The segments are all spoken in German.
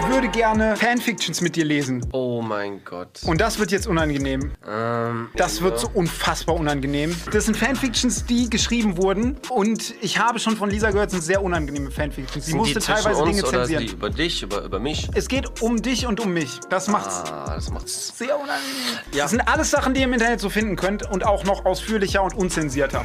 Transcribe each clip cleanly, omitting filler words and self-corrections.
würde gerne Fanfictions mit dir lesen. Oh mein Gott. Und das wird jetzt unangenehm. Das wird so unfassbar unangenehm. Das sind Fanfictions, die geschrieben wurden. Und ich habe schon von Lisa gehört, sind sehr unangenehme Fanfictions. Sie musste teilweise Dinge zensieren. Oder sind die über dich, über mich? Es geht um dich und um mich. Das macht's sehr unangenehm. Ja. Das sind alles Sachen, die ihr im Internet so finden könnt. Und auch noch ausführlicher und unzensierter.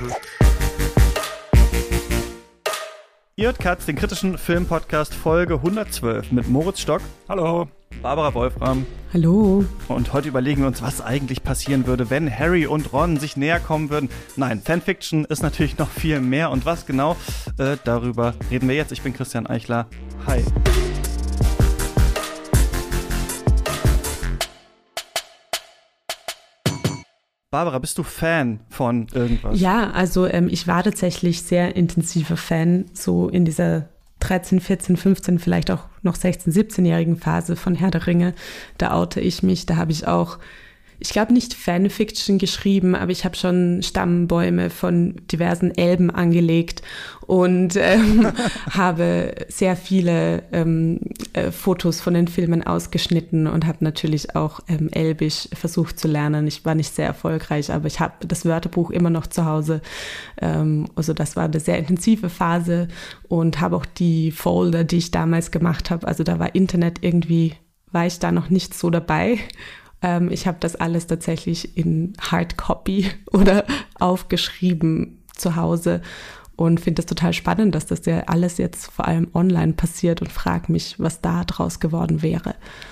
Ihr hört Katz, den kritischen Filmpodcast Folge 112 mit Moritz Stock. Hallo. Barbara Wolfram. Hallo. Und heute überlegen wir uns, was eigentlich passieren würde, wenn Harry und Ron sich näher kommen würden. Nein, Fanfiction ist natürlich noch viel mehr. Und was genau, darüber reden wir jetzt. Ich bin Christian Eichler. Hi. Barbara, bist du Fan von irgendwas? Ja, also ich war tatsächlich sehr intensiver Fan, so in dieser 13, 14, 15, vielleicht auch noch 16, 17-jährigen Phase von Herr der Ringe. Da oute ich mich, da habe ich auch, ich glaube nicht Fanfiction geschrieben, aber ich habe schon Stammbäume von diversen Elben angelegt und habe sehr viele Fotos von den Filmen ausgeschnitten und habe natürlich auch Elbisch versucht zu lernen. Ich war nicht sehr erfolgreich, aber ich habe das Wörterbuch immer noch zu Hause. Also das war eine sehr intensive Phase und habe auch die Folder, die ich damals gemacht habe, also da war Internet irgendwie, war ich da noch nicht so dabei. Ich habe das alles tatsächlich in Hardcopy oder aufgeschrieben zu Hause und finde das total spannend, dass das ja alles jetzt vor allem online passiert und frage mich, was da draus geworden wäre.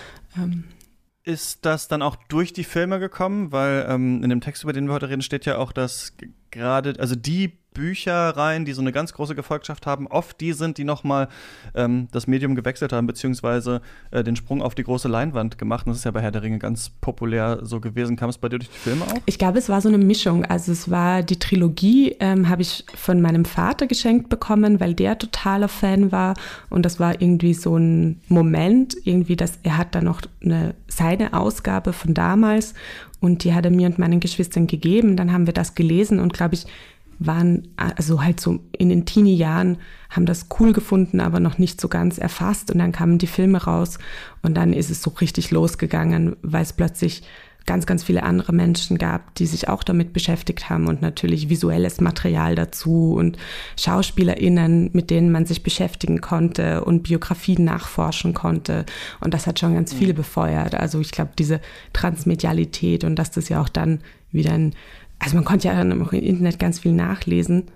Ist das dann auch durch die Filme gekommen? Weil in dem Text, über den wir heute reden, steht ja auch, dass gerade, also die Bücherreihen, die so eine ganz große Gefolgschaft haben, oft die sind, die nochmal das Medium gewechselt haben, beziehungsweise den Sprung auf die große Leinwand gemacht. Und das ist ja bei Herr der Ringe ganz populär so gewesen. Kam es bei dir durch die Filme auch? Ich glaube, es war so eine Mischung. Also es war die Trilogie, habe ich von meinem Vater geschenkt bekommen, weil der totaler Fan war. Und das war irgendwie so ein Moment, irgendwie, dass er hat da noch seine Ausgabe von damals und die hat er mir und meinen Geschwistern gegeben. Dann haben wir das gelesen und, glaube ich, waren also halt so in den Teenie-Jahren, haben das cool gefunden, aber noch nicht so ganz erfasst. Und dann kamen die Filme raus und dann ist es so richtig losgegangen, weil es plötzlich ganz, ganz viele andere Menschen gab, die sich auch damit beschäftigt haben und natürlich visuelles Material dazu und SchauspielerInnen, mit denen man sich beschäftigen konnte und Biografien nachforschen konnte. Und das hat schon ganz viel befeuert. Also ich glaube, diese Transmedialität und dass das ja auch dann wieder also man konnte ja dann auch im Internet ganz viel nachlesen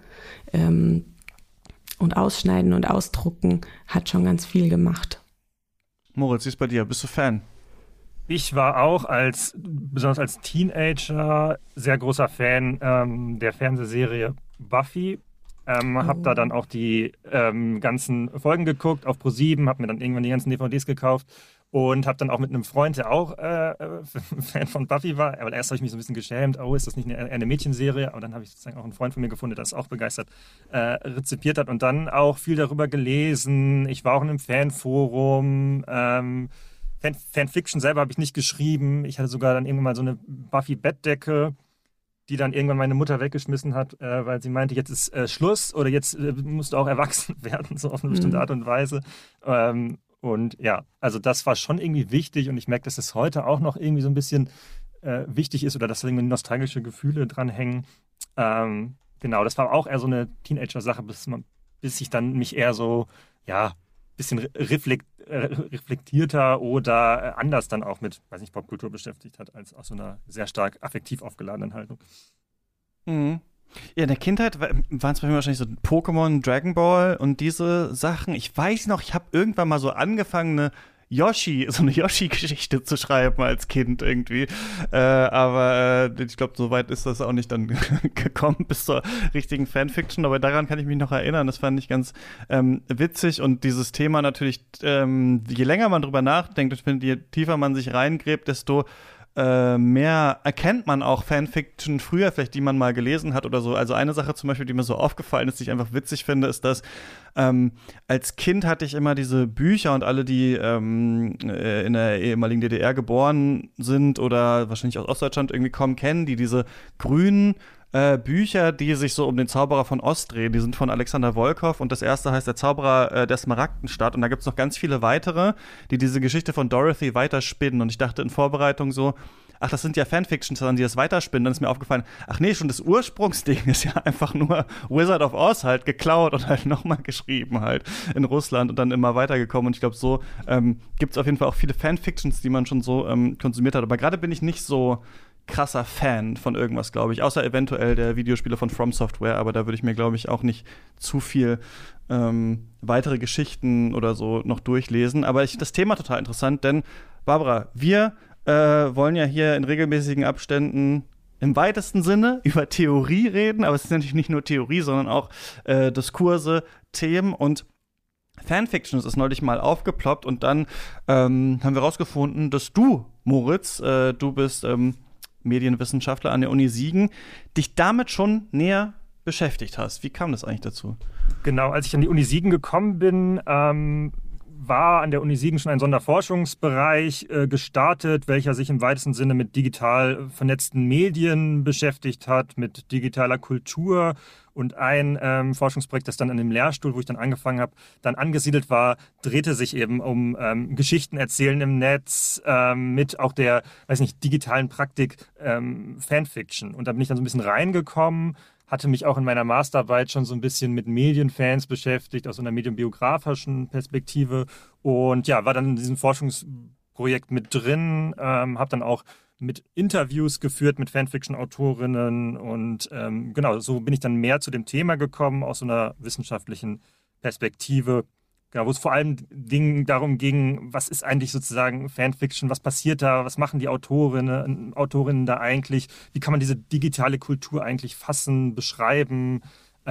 und ausschneiden und ausdrucken, hat schon ganz viel gemacht. Moritz, wie ist bei dir? Bist du Fan? Ich war auch besonders als Teenager, sehr großer Fan der Fernsehserie Buffy. Hab da dann auch die ganzen Folgen geguckt auf Pro7, hab mir dann irgendwann die ganzen DVDs gekauft und hab dann auch mit einem Freund, der auch Fan von Buffy war, aber erst habe ich mich so ein bisschen geschämt, ist das nicht eine Mädchenserie, aber dann habe ich sozusagen auch einen Freund von mir gefunden, der das auch begeistert rezipiert hat und dann auch viel darüber gelesen. Ich war auch in einem Fanforum, Fanfiction selber habe ich nicht geschrieben, ich hatte sogar dann irgendwann mal so eine Buffy-Bettdecke, die dann irgendwann meine Mutter weggeschmissen hat, weil sie meinte, jetzt ist Schluss oder jetzt musst du auch erwachsen werden, so auf eine bestimmte Art und Weise. Und ja, also das war schon irgendwie wichtig und ich merke, dass das heute auch noch irgendwie so ein bisschen wichtig ist oder dass da irgendwie nostalgische Gefühle dranhängen. Genau, das war auch eher so eine Teenager-Sache, bis ich dann mich eher so, ja, bisschen reflektierter oder anders dann auch mit, weiß nicht, Popkultur beschäftigt hat, als aus so einer sehr stark affektiv aufgeladenen Haltung. Mhm. Ja, in der Kindheit waren es bei mir wahrscheinlich so Pokémon, Dragon Ball und diese Sachen. Ich weiß noch, ich habe irgendwann mal so angefangen, so eine Yoshi-Geschichte zu schreiben als Kind irgendwie. Aber ich glaube, so weit ist das auch nicht dann gekommen bis zur richtigen Fanfiction. Aber daran kann ich mich noch erinnern. Das fand ich ganz witzig. Und dieses Thema natürlich, je länger man drüber nachdenkt, ich finde, je tiefer man sich reingräbt, desto mehr erkennt man auch Fanfiction früher, vielleicht die man mal gelesen hat oder so. Also eine Sache zum Beispiel, die mir so aufgefallen ist, die ich einfach witzig finde, ist, dass als Kind hatte ich immer diese Bücher und alle, die in der ehemaligen DDR geboren sind oder wahrscheinlich aus Ostdeutschland irgendwie kommen, kennen, die diese grünen Bücher, die sich so um den Zauberer von Ost drehen. Die sind von Alexander Volkov und das erste heißt Der Zauberer der Smaragdenstadt. Und da gibt es noch ganz viele weitere, die diese Geschichte von Dorothy weiterspinnen. Und ich dachte in Vorbereitung so, ach, das sind ja Fanfictions, die das weiterspinnen. Dann ist mir aufgefallen, ach nee, schon das Ursprungsding ist ja einfach nur Wizard of Oz halt geklaut und halt nochmal geschrieben halt in Russland und dann immer weitergekommen. Und ich glaube, so gibt es auf jeden Fall auch viele Fanfictions, die man schon so konsumiert hat. Aber gerade bin ich nicht so krasser Fan von irgendwas, glaube ich. Außer eventuell der Videospiele von From Software. Aber da würde ich mir, glaube ich, auch nicht zu viel weitere Geschichten oder so noch durchlesen. Aber ich das Thema total interessant, denn Barbara, wir wollen ja hier in regelmäßigen Abständen im weitesten Sinne über Theorie reden, aber es ist natürlich nicht nur Theorie, sondern auch Diskurse, Themen und Fanfictions ist neulich mal aufgeploppt und dann haben wir rausgefunden, dass du, Moritz, du bist Medienwissenschaftler an der Uni Siegen, dich damit schon näher beschäftigt hast. Wie kam das eigentlich dazu? Genau, als ich an die Uni Siegen gekommen bin, war an der Uni Siegen schon ein Sonderforschungsbereich gestartet, welcher sich im weitesten Sinne mit digital vernetzten Medien beschäftigt hat, mit digitaler Kultur. Und ein Forschungsprojekt, das dann an dem Lehrstuhl, wo ich dann angefangen habe, dann angesiedelt war, drehte sich eben um Geschichten erzählen im Netz mit auch der, digitalen Praktik Fanfiction. Und da bin ich dann so ein bisschen reingekommen, hatte mich auch in meiner Masterarbeit schon so ein bisschen mit Medienfans beschäftigt, aus so einer medienbiografischen Perspektive. Und ja, war dann in diesem Forschungsprojekt mit drin, habe dann auch mit Interviews geführt mit Fanfiction-Autorinnen und genau, so bin ich dann mehr zu dem Thema gekommen, aus so einer wissenschaftlichen Perspektive. Genau, wo es vor allem darum ging, was ist eigentlich sozusagen Fanfiction, was passiert da, was machen die Autorinnen da eigentlich, wie kann man diese digitale Kultur eigentlich fassen, beschreiben,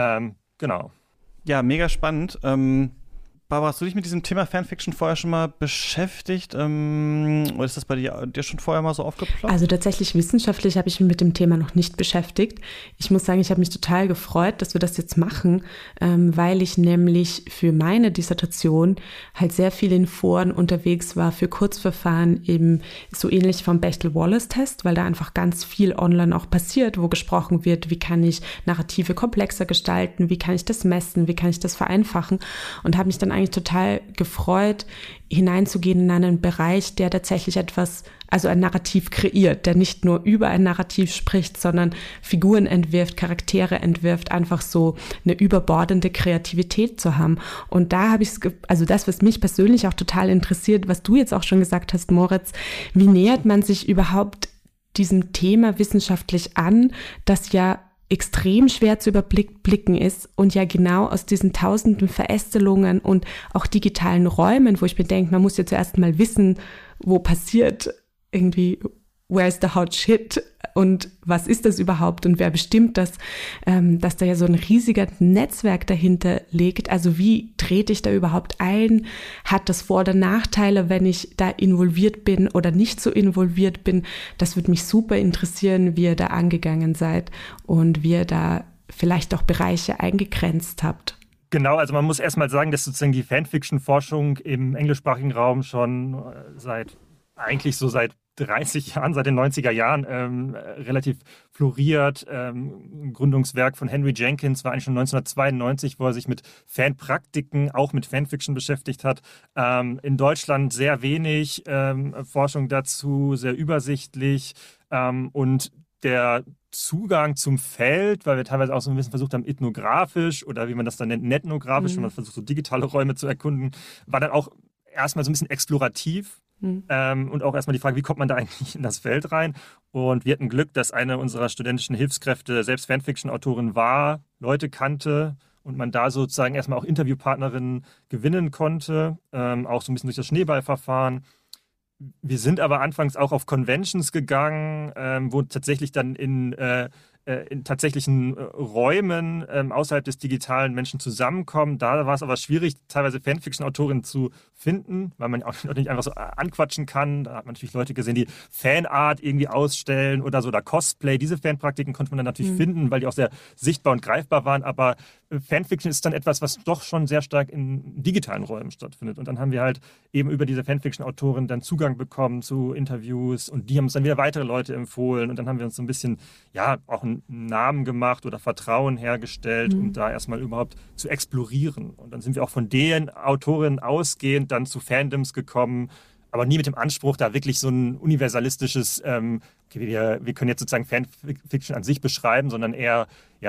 genau. Ja, mega spannend. Barbara, hast du dich mit diesem Thema Fanfiction vorher schon mal beschäftigt? Oder ist das bei dir schon vorher mal so aufgeploppt? Also tatsächlich wissenschaftlich habe ich mich mit dem Thema noch nicht beschäftigt. Ich muss sagen, ich habe mich total gefreut, dass wir das jetzt machen, weil ich nämlich für meine Dissertation halt sehr viel in Foren unterwegs war für Kurzverfahren, eben so ähnlich vom Bechtel-Wallace-Test, weil da einfach ganz viel online auch passiert, wo gesprochen wird, wie kann ich Narrative komplexer gestalten, wie kann ich das messen, wie kann ich das vereinfachen und habe mich dann eigentlich total gefreut, hineinzugehen in einen Bereich, der tatsächlich also ein Narrativ kreiert, der nicht nur über ein Narrativ spricht, sondern Figuren entwirft, Charaktere entwirft, einfach so eine überbordende Kreativität zu haben. Und da habe ich also das, was mich persönlich auch total interessiert, was du jetzt auch schon gesagt hast, Moritz, wie nähert man sich überhaupt diesem Thema wissenschaftlich an, das ja extrem schwer zu überblicken ist und ja genau aus diesen tausenden Verästelungen und auch digitalen Räumen, wo ich mir denke, man muss ja zuerst mal wissen, wo passiert irgendwie, where's the hot shit und was ist das überhaupt und wer bestimmt das, dass da ja so ein riesiger Netzwerk dahinter liegt. Also wie trete ich da überhaupt ein? Hat das Vor- oder Nachteile, wenn ich da involviert bin oder nicht so involviert bin? Das würde mich super interessieren, wie ihr da angegangen seid und wie ihr da vielleicht auch Bereiche eingegrenzt habt. Genau, also man muss erstmal sagen, dass sozusagen die Fanfiction-Forschung im englischsprachigen Raum schon seit 30 Jahren, seit den 90er Jahren relativ floriert. Ein Gründungswerk von Henry Jenkins war eigentlich schon 1992, wo er sich mit Fanpraktiken, auch mit Fanfiction beschäftigt hat. In Deutschland sehr wenig Forschung dazu, sehr übersichtlich. Und der Zugang zum Feld, weil wir teilweise auch so ein bisschen versucht haben, ethnografisch oder wie man das dann nennt, netnografisch, wenn man versucht, so digitale Räume zu erkunden, war dann auch erstmal so ein bisschen explorativ. Und auch erstmal die Frage, wie kommt man da eigentlich in das Feld rein? Und wir hatten Glück, dass eine unserer studentischen Hilfskräfte selbst Fanfiction-Autorin war, Leute kannte und man da sozusagen erstmal auch Interviewpartnerinnen gewinnen konnte, auch so ein bisschen durch das Schneeballverfahren. Wir sind aber anfangs auch auf Conventions gegangen, wo tatsächlich dann in tatsächlichen Räumen außerhalb des digitalen Menschen zusammenkommen. Da war es aber schwierig, teilweise Fanfiction-Autorinnen zu finden, weil man auch nicht einfach so anquatschen kann. Da hat man natürlich Leute gesehen, die Fanart irgendwie ausstellen oder so, oder Cosplay. Diese Fanpraktiken konnte man dann natürlich finden, weil die auch sehr sichtbar und greifbar waren. Aber Fanfiction ist dann etwas, was doch schon sehr stark in digitalen Räumen stattfindet. Und dann haben wir halt eben über diese Fanfiction-Autoren dann Zugang bekommen zu Interviews und die haben uns dann wieder weitere Leute empfohlen. Und dann haben wir uns so ein bisschen, ja, auch ein einen Namen gemacht oder Vertrauen hergestellt, um da erstmal überhaupt zu explorieren. Und dann sind wir auch von den Autorinnen ausgehend dann zu Fandoms gekommen, aber nie mit dem Anspruch, da wirklich so ein universalistisches, wir können jetzt sozusagen Fanfiction an sich beschreiben, sondern eher,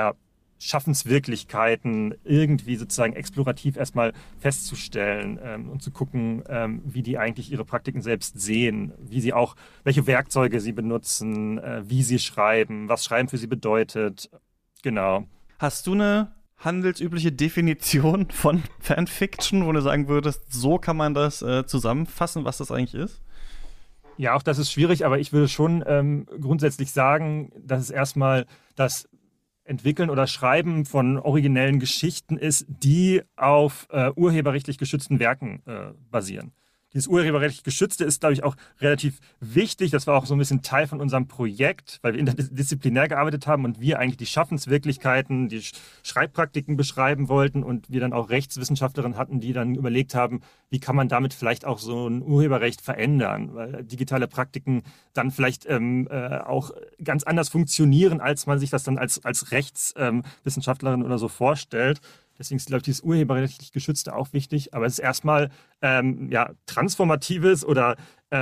Schaffenswirklichkeiten irgendwie sozusagen explorativ erstmal festzustellen und zu gucken, wie die eigentlich ihre Praktiken selbst sehen, welche Werkzeuge sie benutzen, wie sie schreiben, was Schreiben für sie bedeutet. Genau. Hast du eine handelsübliche Definition von Fanfiction, wo du sagen würdest, so kann man das zusammenfassen, was das eigentlich ist? Ja, auch das ist schwierig, aber ich würde schon grundsätzlich sagen, dass es erstmal das Entwickeln oder Schreiben von originellen Geschichten ist, die auf urheberrechtlich geschützten Werken basieren. Dieses urheberrechtlich Geschützte ist, glaube ich, auch relativ wichtig. Das war auch so ein bisschen Teil von unserem Projekt, weil wir interdisziplinär gearbeitet haben und wir eigentlich die Schaffenswirklichkeiten, die Schreibpraktiken beschreiben wollten und wir dann auch Rechtswissenschaftlerinnen hatten, die dann überlegt haben, wie kann man damit vielleicht auch so ein Urheberrecht verändern, weil digitale Praktiken dann vielleicht auch ganz anders funktionieren, als man sich das dann als Rechtswissenschaftlerin oder so vorstellt. Deswegen ist, glaube ich, dieses urheberrechtlich Geschützte auch wichtig. Aber es ist erstmal transformatives oder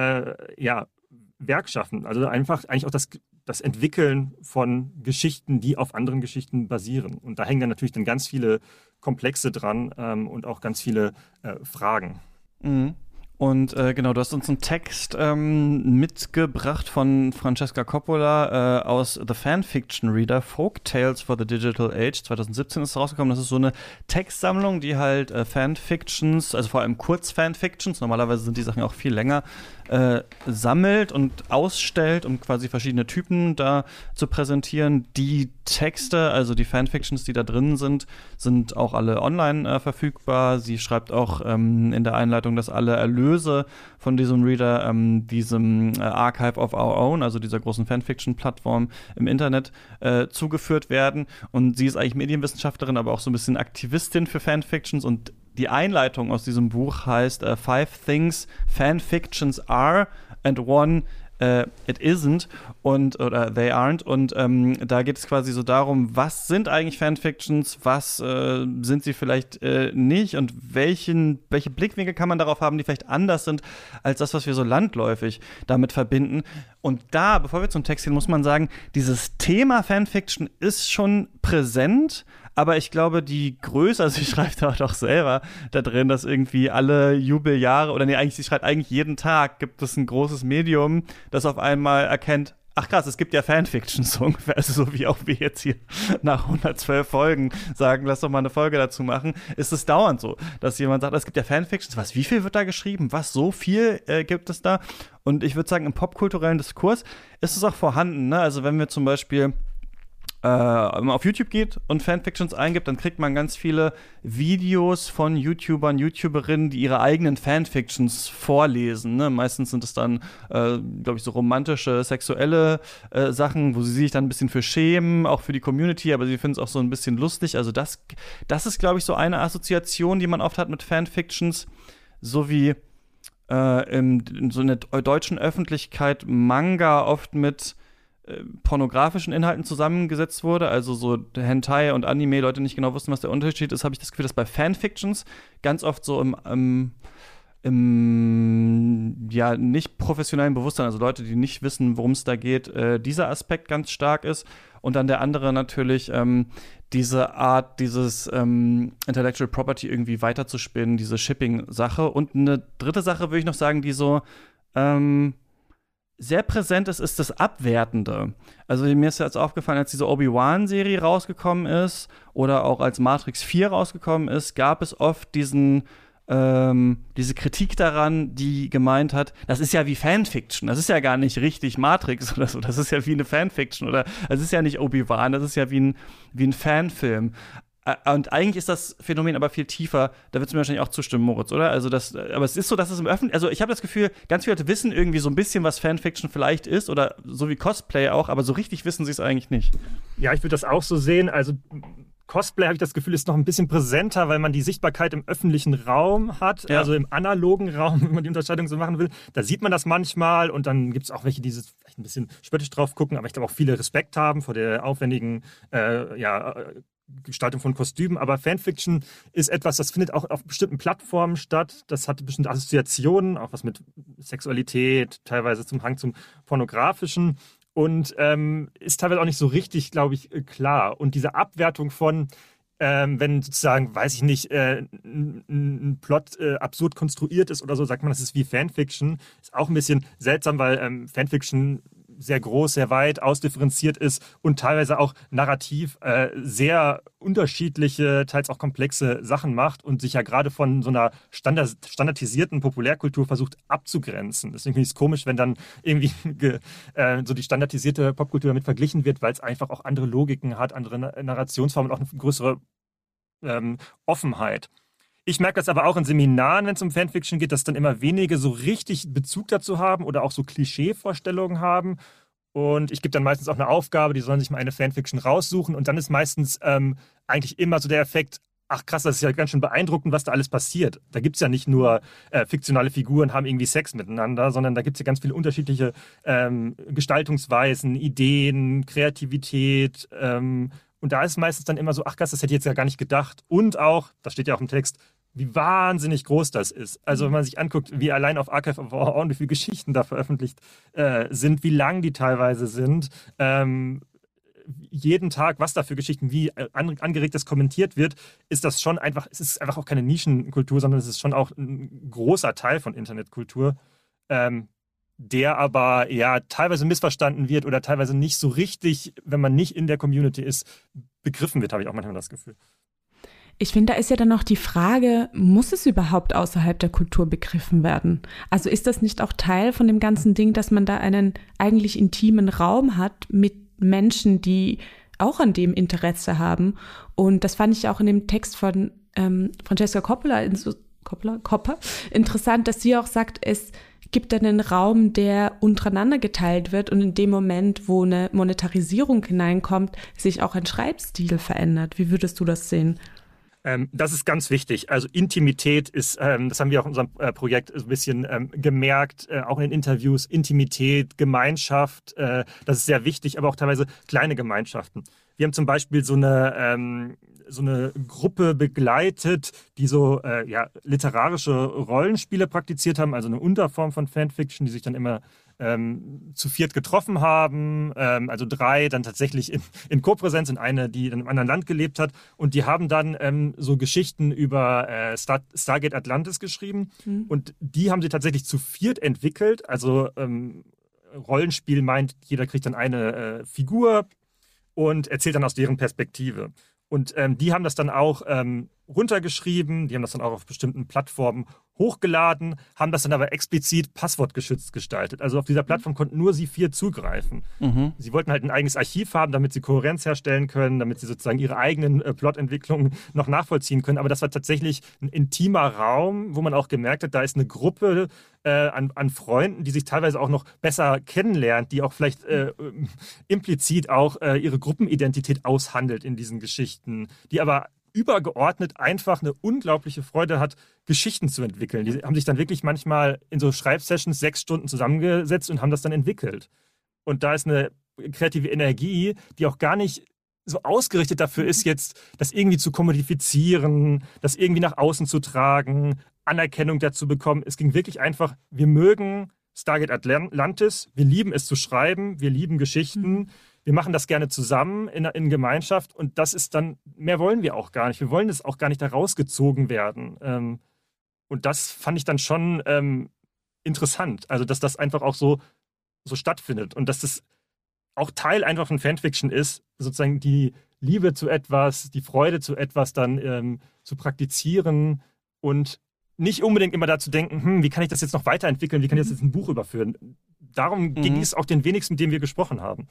Werkschaffen. Also einfach eigentlich auch das Entwickeln von Geschichten, die auf anderen Geschichten basieren. Und da hängen dann natürlich dann ganz viele Komplexe dran und auch ganz viele Fragen. Mhm. Und genau, du hast uns einen Text mitgebracht von Francesca Coppola aus The Fanfiction Reader, Folk Tales for the Digital Age. 2017 ist rausgekommen. Das ist so eine Textsammlung, die halt Fanfictions, also vor allem Kurzfanfictions, normalerweise sind die Sachen auch viel länger, sammelt und ausstellt, um quasi verschiedene Typen da zu präsentieren. Die Texte, also die Fanfictions, die da drin sind auch alle online verfügbar. Sie schreibt auch in der Einleitung, dass alle Erlöse von diesem Reader, diesem Archive of Our Own, also dieser großen Fanfiction-Plattform im Internet, zugeführt werden. Und sie ist eigentlich Medienwissenschaftlerin, aber auch so ein bisschen Aktivistin für Fanfictions. Und die Einleitung aus diesem Buch heißt 5 Things Fanfictions Are and One It Isn't oder They Aren't. Und da geht es quasi so darum, was sind eigentlich Fanfictions, was sind sie vielleicht nicht und welche Blickwinkel kann man darauf haben, die vielleicht anders sind als das, was wir so landläufig damit verbinden. Und da, bevor wir zum Text gehen, muss man sagen, dieses Thema Fanfiction ist schon präsent, aber ich glaube, die Größe, also sie schreibt auch doch selber da drin, dass irgendwie alle Jubeljahre, sie schreibt eigentlich jeden Tag, gibt es ein großes Medium, das auf einmal erkennt, ach krass, es gibt ja Fanfictions so ungefähr, also so wie auch wir jetzt hier nach 112 Folgen sagen, lass doch mal eine Folge dazu machen, ist es dauernd so, dass jemand sagt, es gibt ja Fanfictions, wie viel wird da geschrieben, so viel gibt es da? Und ich würde sagen, im popkulturellen Diskurs ist es auch vorhanden, ne? Also wenn wir zum Beispiel auf YouTube geht und Fanfictions eingibt, dann kriegt man ganz viele Videos von YouTubern, YouTuberinnen, die ihre eigenen Fanfictions vorlesen. Ne? Meistens sind es dann, glaube ich, so romantische, sexuelle Sachen, wo sie sich dann ein bisschen für schämen, auch für die Community, aber sie finden es auch so ein bisschen lustig. Also das ist, glaube ich, so eine Assoziation, die man oft hat mit Fanfictions, so wie in so einer deutschen Öffentlichkeit Manga oft mit pornografischen Inhalten zusammengesetzt wurde, also so Hentai und Anime, Leute nicht genau wussten, was der Unterschied ist, habe ich das Gefühl, dass bei Fanfictions ganz oft so im nicht professionellen Bewusstsein, also Leute, die nicht wissen, worum es da geht, dieser Aspekt ganz stark ist. Und dann der andere natürlich diese Art, dieses Intellectual Property irgendwie weiterzuspinnen, diese Shipping-Sache. Und eine dritte Sache würde ich noch sagen, die so sehr präsent ist das Abwertende. Also mir ist jetzt aufgefallen, als diese Obi-Wan-Serie rausgekommen ist oder auch als Matrix 4 rausgekommen ist, gab es oft diese Kritik daran, die gemeint hat, das ist ja wie Fanfiction, das ist ja gar nicht richtig Matrix oder so, das ist ja wie eine Fanfiction oder das ist ja nicht Obi-Wan, das ist ja wie ein Fanfilm. Und eigentlich ist das Phänomen aber viel tiefer. Da würdest du mir wahrscheinlich auch zustimmen, Moritz, oder? Also aber es ist so, dass es im Öffentlichen, also ich habe das Gefühl, ganz viele Leute wissen irgendwie so ein bisschen, was Fanfiction vielleicht ist oder so wie Cosplay auch, aber so richtig wissen sie es eigentlich nicht. Ja, ich würde das auch so sehen. Also Cosplay, habe ich das Gefühl, ist noch ein bisschen präsenter, weil man die Sichtbarkeit im öffentlichen Raum hat, also im analogen Raum, wenn man die Unterscheidung so machen will. Da sieht man das manchmal und dann gibt es auch welche, die vielleicht ein bisschen spöttisch drauf gucken, aber ich glaube auch viele Respekt haben vor der aufwendigen Gestaltung von Kostümen. Aber Fanfiction ist etwas, das findet auch auf bestimmten Plattformen statt. Das hat bestimmte Assoziationen, auch was mit Sexualität, teilweise zum Hang zum Pornografischen. Und ist teilweise auch nicht so richtig, glaube ich, klar. Und diese Abwertung von, wenn sozusagen, weiß ich nicht, ein Plot absurd konstruiert ist oder so, sagt man, das ist wie Fanfiction, ist auch ein bisschen seltsam, weil Fanfiction sehr groß, sehr weit ausdifferenziert ist und teilweise auch narrativ sehr unterschiedliche, teils auch komplexe Sachen macht und sich ja gerade von so einer standardisierten Populärkultur versucht abzugrenzen. Deswegen finde ich es komisch, wenn dann irgendwie so die standardisierte Popkultur damit verglichen wird, weil es einfach auch andere Logiken hat, andere Narrationsformen und auch eine größere Offenheit. Ich merke das aber auch in Seminaren, wenn es um Fanfiction geht, dass dann immer wenige so richtig Bezug dazu haben oder auch so Klischee-Vorstellungen haben. Und ich gebe dann meistens auch eine Aufgabe, die sollen sich mal eine Fanfiction raussuchen. Und dann ist meistens eigentlich immer so der Effekt, ach krass, das ist ja ganz schön beeindruckend, was da alles passiert. Da gibt es ja nicht nur fiktionale Figuren haben irgendwie Sex miteinander, sondern da gibt es ja ganz viele unterschiedliche Gestaltungsweisen, Ideen, Kreativität. Und da ist meistens dann immer so, ach krass, das hätte ich jetzt ja gar nicht gedacht. Und auch, das steht ja auch im Text, wie wahnsinnig groß das ist. Also wenn man sich anguckt, wie allein auf Archive of Our Own, wie viele Geschichten da veröffentlicht sind, wie lang die teilweise sind, jeden Tag, was da für Geschichten, wie angeregt das kommentiert wird, ist das schon einfach, es ist einfach auch keine Nischenkultur, sondern es ist schon auch ein großer Teil von Internetkultur, der aber ja teilweise missverstanden wird oder teilweise nicht so richtig, wenn man nicht in der Community ist, begriffen wird, habe ich auch manchmal das Gefühl. Ich finde, da ist ja dann auch die Frage, muss es überhaupt außerhalb der Kultur begriffen werden? Also ist das nicht auch Teil von dem ganzen Ding, dass man da einen eigentlich intimen Raum hat mit Menschen, die auch an dem Interesse haben? Und das fand ich auch in dem Text von Francesca Coppola interessant, dass sie auch sagt, es gibt einen Raum, der untereinander geteilt wird und in dem Moment, wo eine Monetarisierung hineinkommt, sich auch ein Schreibstil verändert. Wie würdest du das sehen? Das ist ganz wichtig. Also Intimität ist, das haben wir auch in unserem Projekt ein bisschen gemerkt, auch in den Interviews, Intimität, Gemeinschaft, das ist sehr wichtig, aber auch teilweise kleine Gemeinschaften. Wir haben zum Beispiel so eine Gruppe begleitet, die so literarische Rollenspiele praktiziert haben, also eine Unterform von Fanfiction, die sich dann immer zu viert getroffen haben, also 3 dann tatsächlich in Kopräsenz, in eine, die in einem anderen Land gelebt hat. Und die haben dann so Geschichten über Stargate Atlantis geschrieben. Mhm. Und die haben sie tatsächlich zu viert entwickelt. Also Rollenspiel meint, jeder kriegt dann eine Figur und erzählt dann aus deren Perspektive. Und die haben das dann auch runtergeschrieben, die haben das dann auch auf bestimmten Plattformen hochgeladen, haben das dann aber explizit passwortgeschützt gestaltet. Also auf dieser Plattform konnten nur sie 4 zugreifen. Mhm. Sie wollten halt ein eigenes Archiv haben, damit sie Kohärenz herstellen können, damit sie sozusagen ihre eigenen Plotentwicklungen noch nachvollziehen können. Aber das war tatsächlich ein intimer Raum, wo man auch gemerkt hat, da ist eine Gruppe an Freunden, die sich teilweise auch noch besser kennenlernt, die auch vielleicht implizit auch ihre Gruppenidentität aushandelt in diesen Geschichten, die aber übergeordnet einfach eine unglaubliche Freude hat, Geschichten zu entwickeln. Die haben sich dann wirklich manchmal in so Schreibsessions 6 Stunden zusammengesetzt und haben das dann entwickelt. Und da ist eine kreative Energie, die auch gar nicht so ausgerichtet dafür ist, jetzt das irgendwie zu kommodifizieren, das irgendwie nach außen zu tragen, Anerkennung dazu bekommen. Es ging wirklich einfach, wir mögen Stargate Atlantis, wir lieben es zu schreiben, wir lieben Geschichten, wir machen das gerne zusammen in Gemeinschaft und das ist dann, mehr wollen wir auch gar nicht. Wir wollen das auch gar nicht da rausgezogen werden. Und das fand ich dann schon interessant, also dass das einfach auch so stattfindet und dass das auch Teil einfach von Fanfiction ist, sozusagen die Liebe zu etwas, die Freude zu etwas dann zu praktizieren und nicht unbedingt immer dazu denken, wie kann ich das jetzt noch weiterentwickeln, wie kann ich das jetzt in ein Buch überführen. Darum ging es auch den wenigsten, mit denen wir gesprochen haben.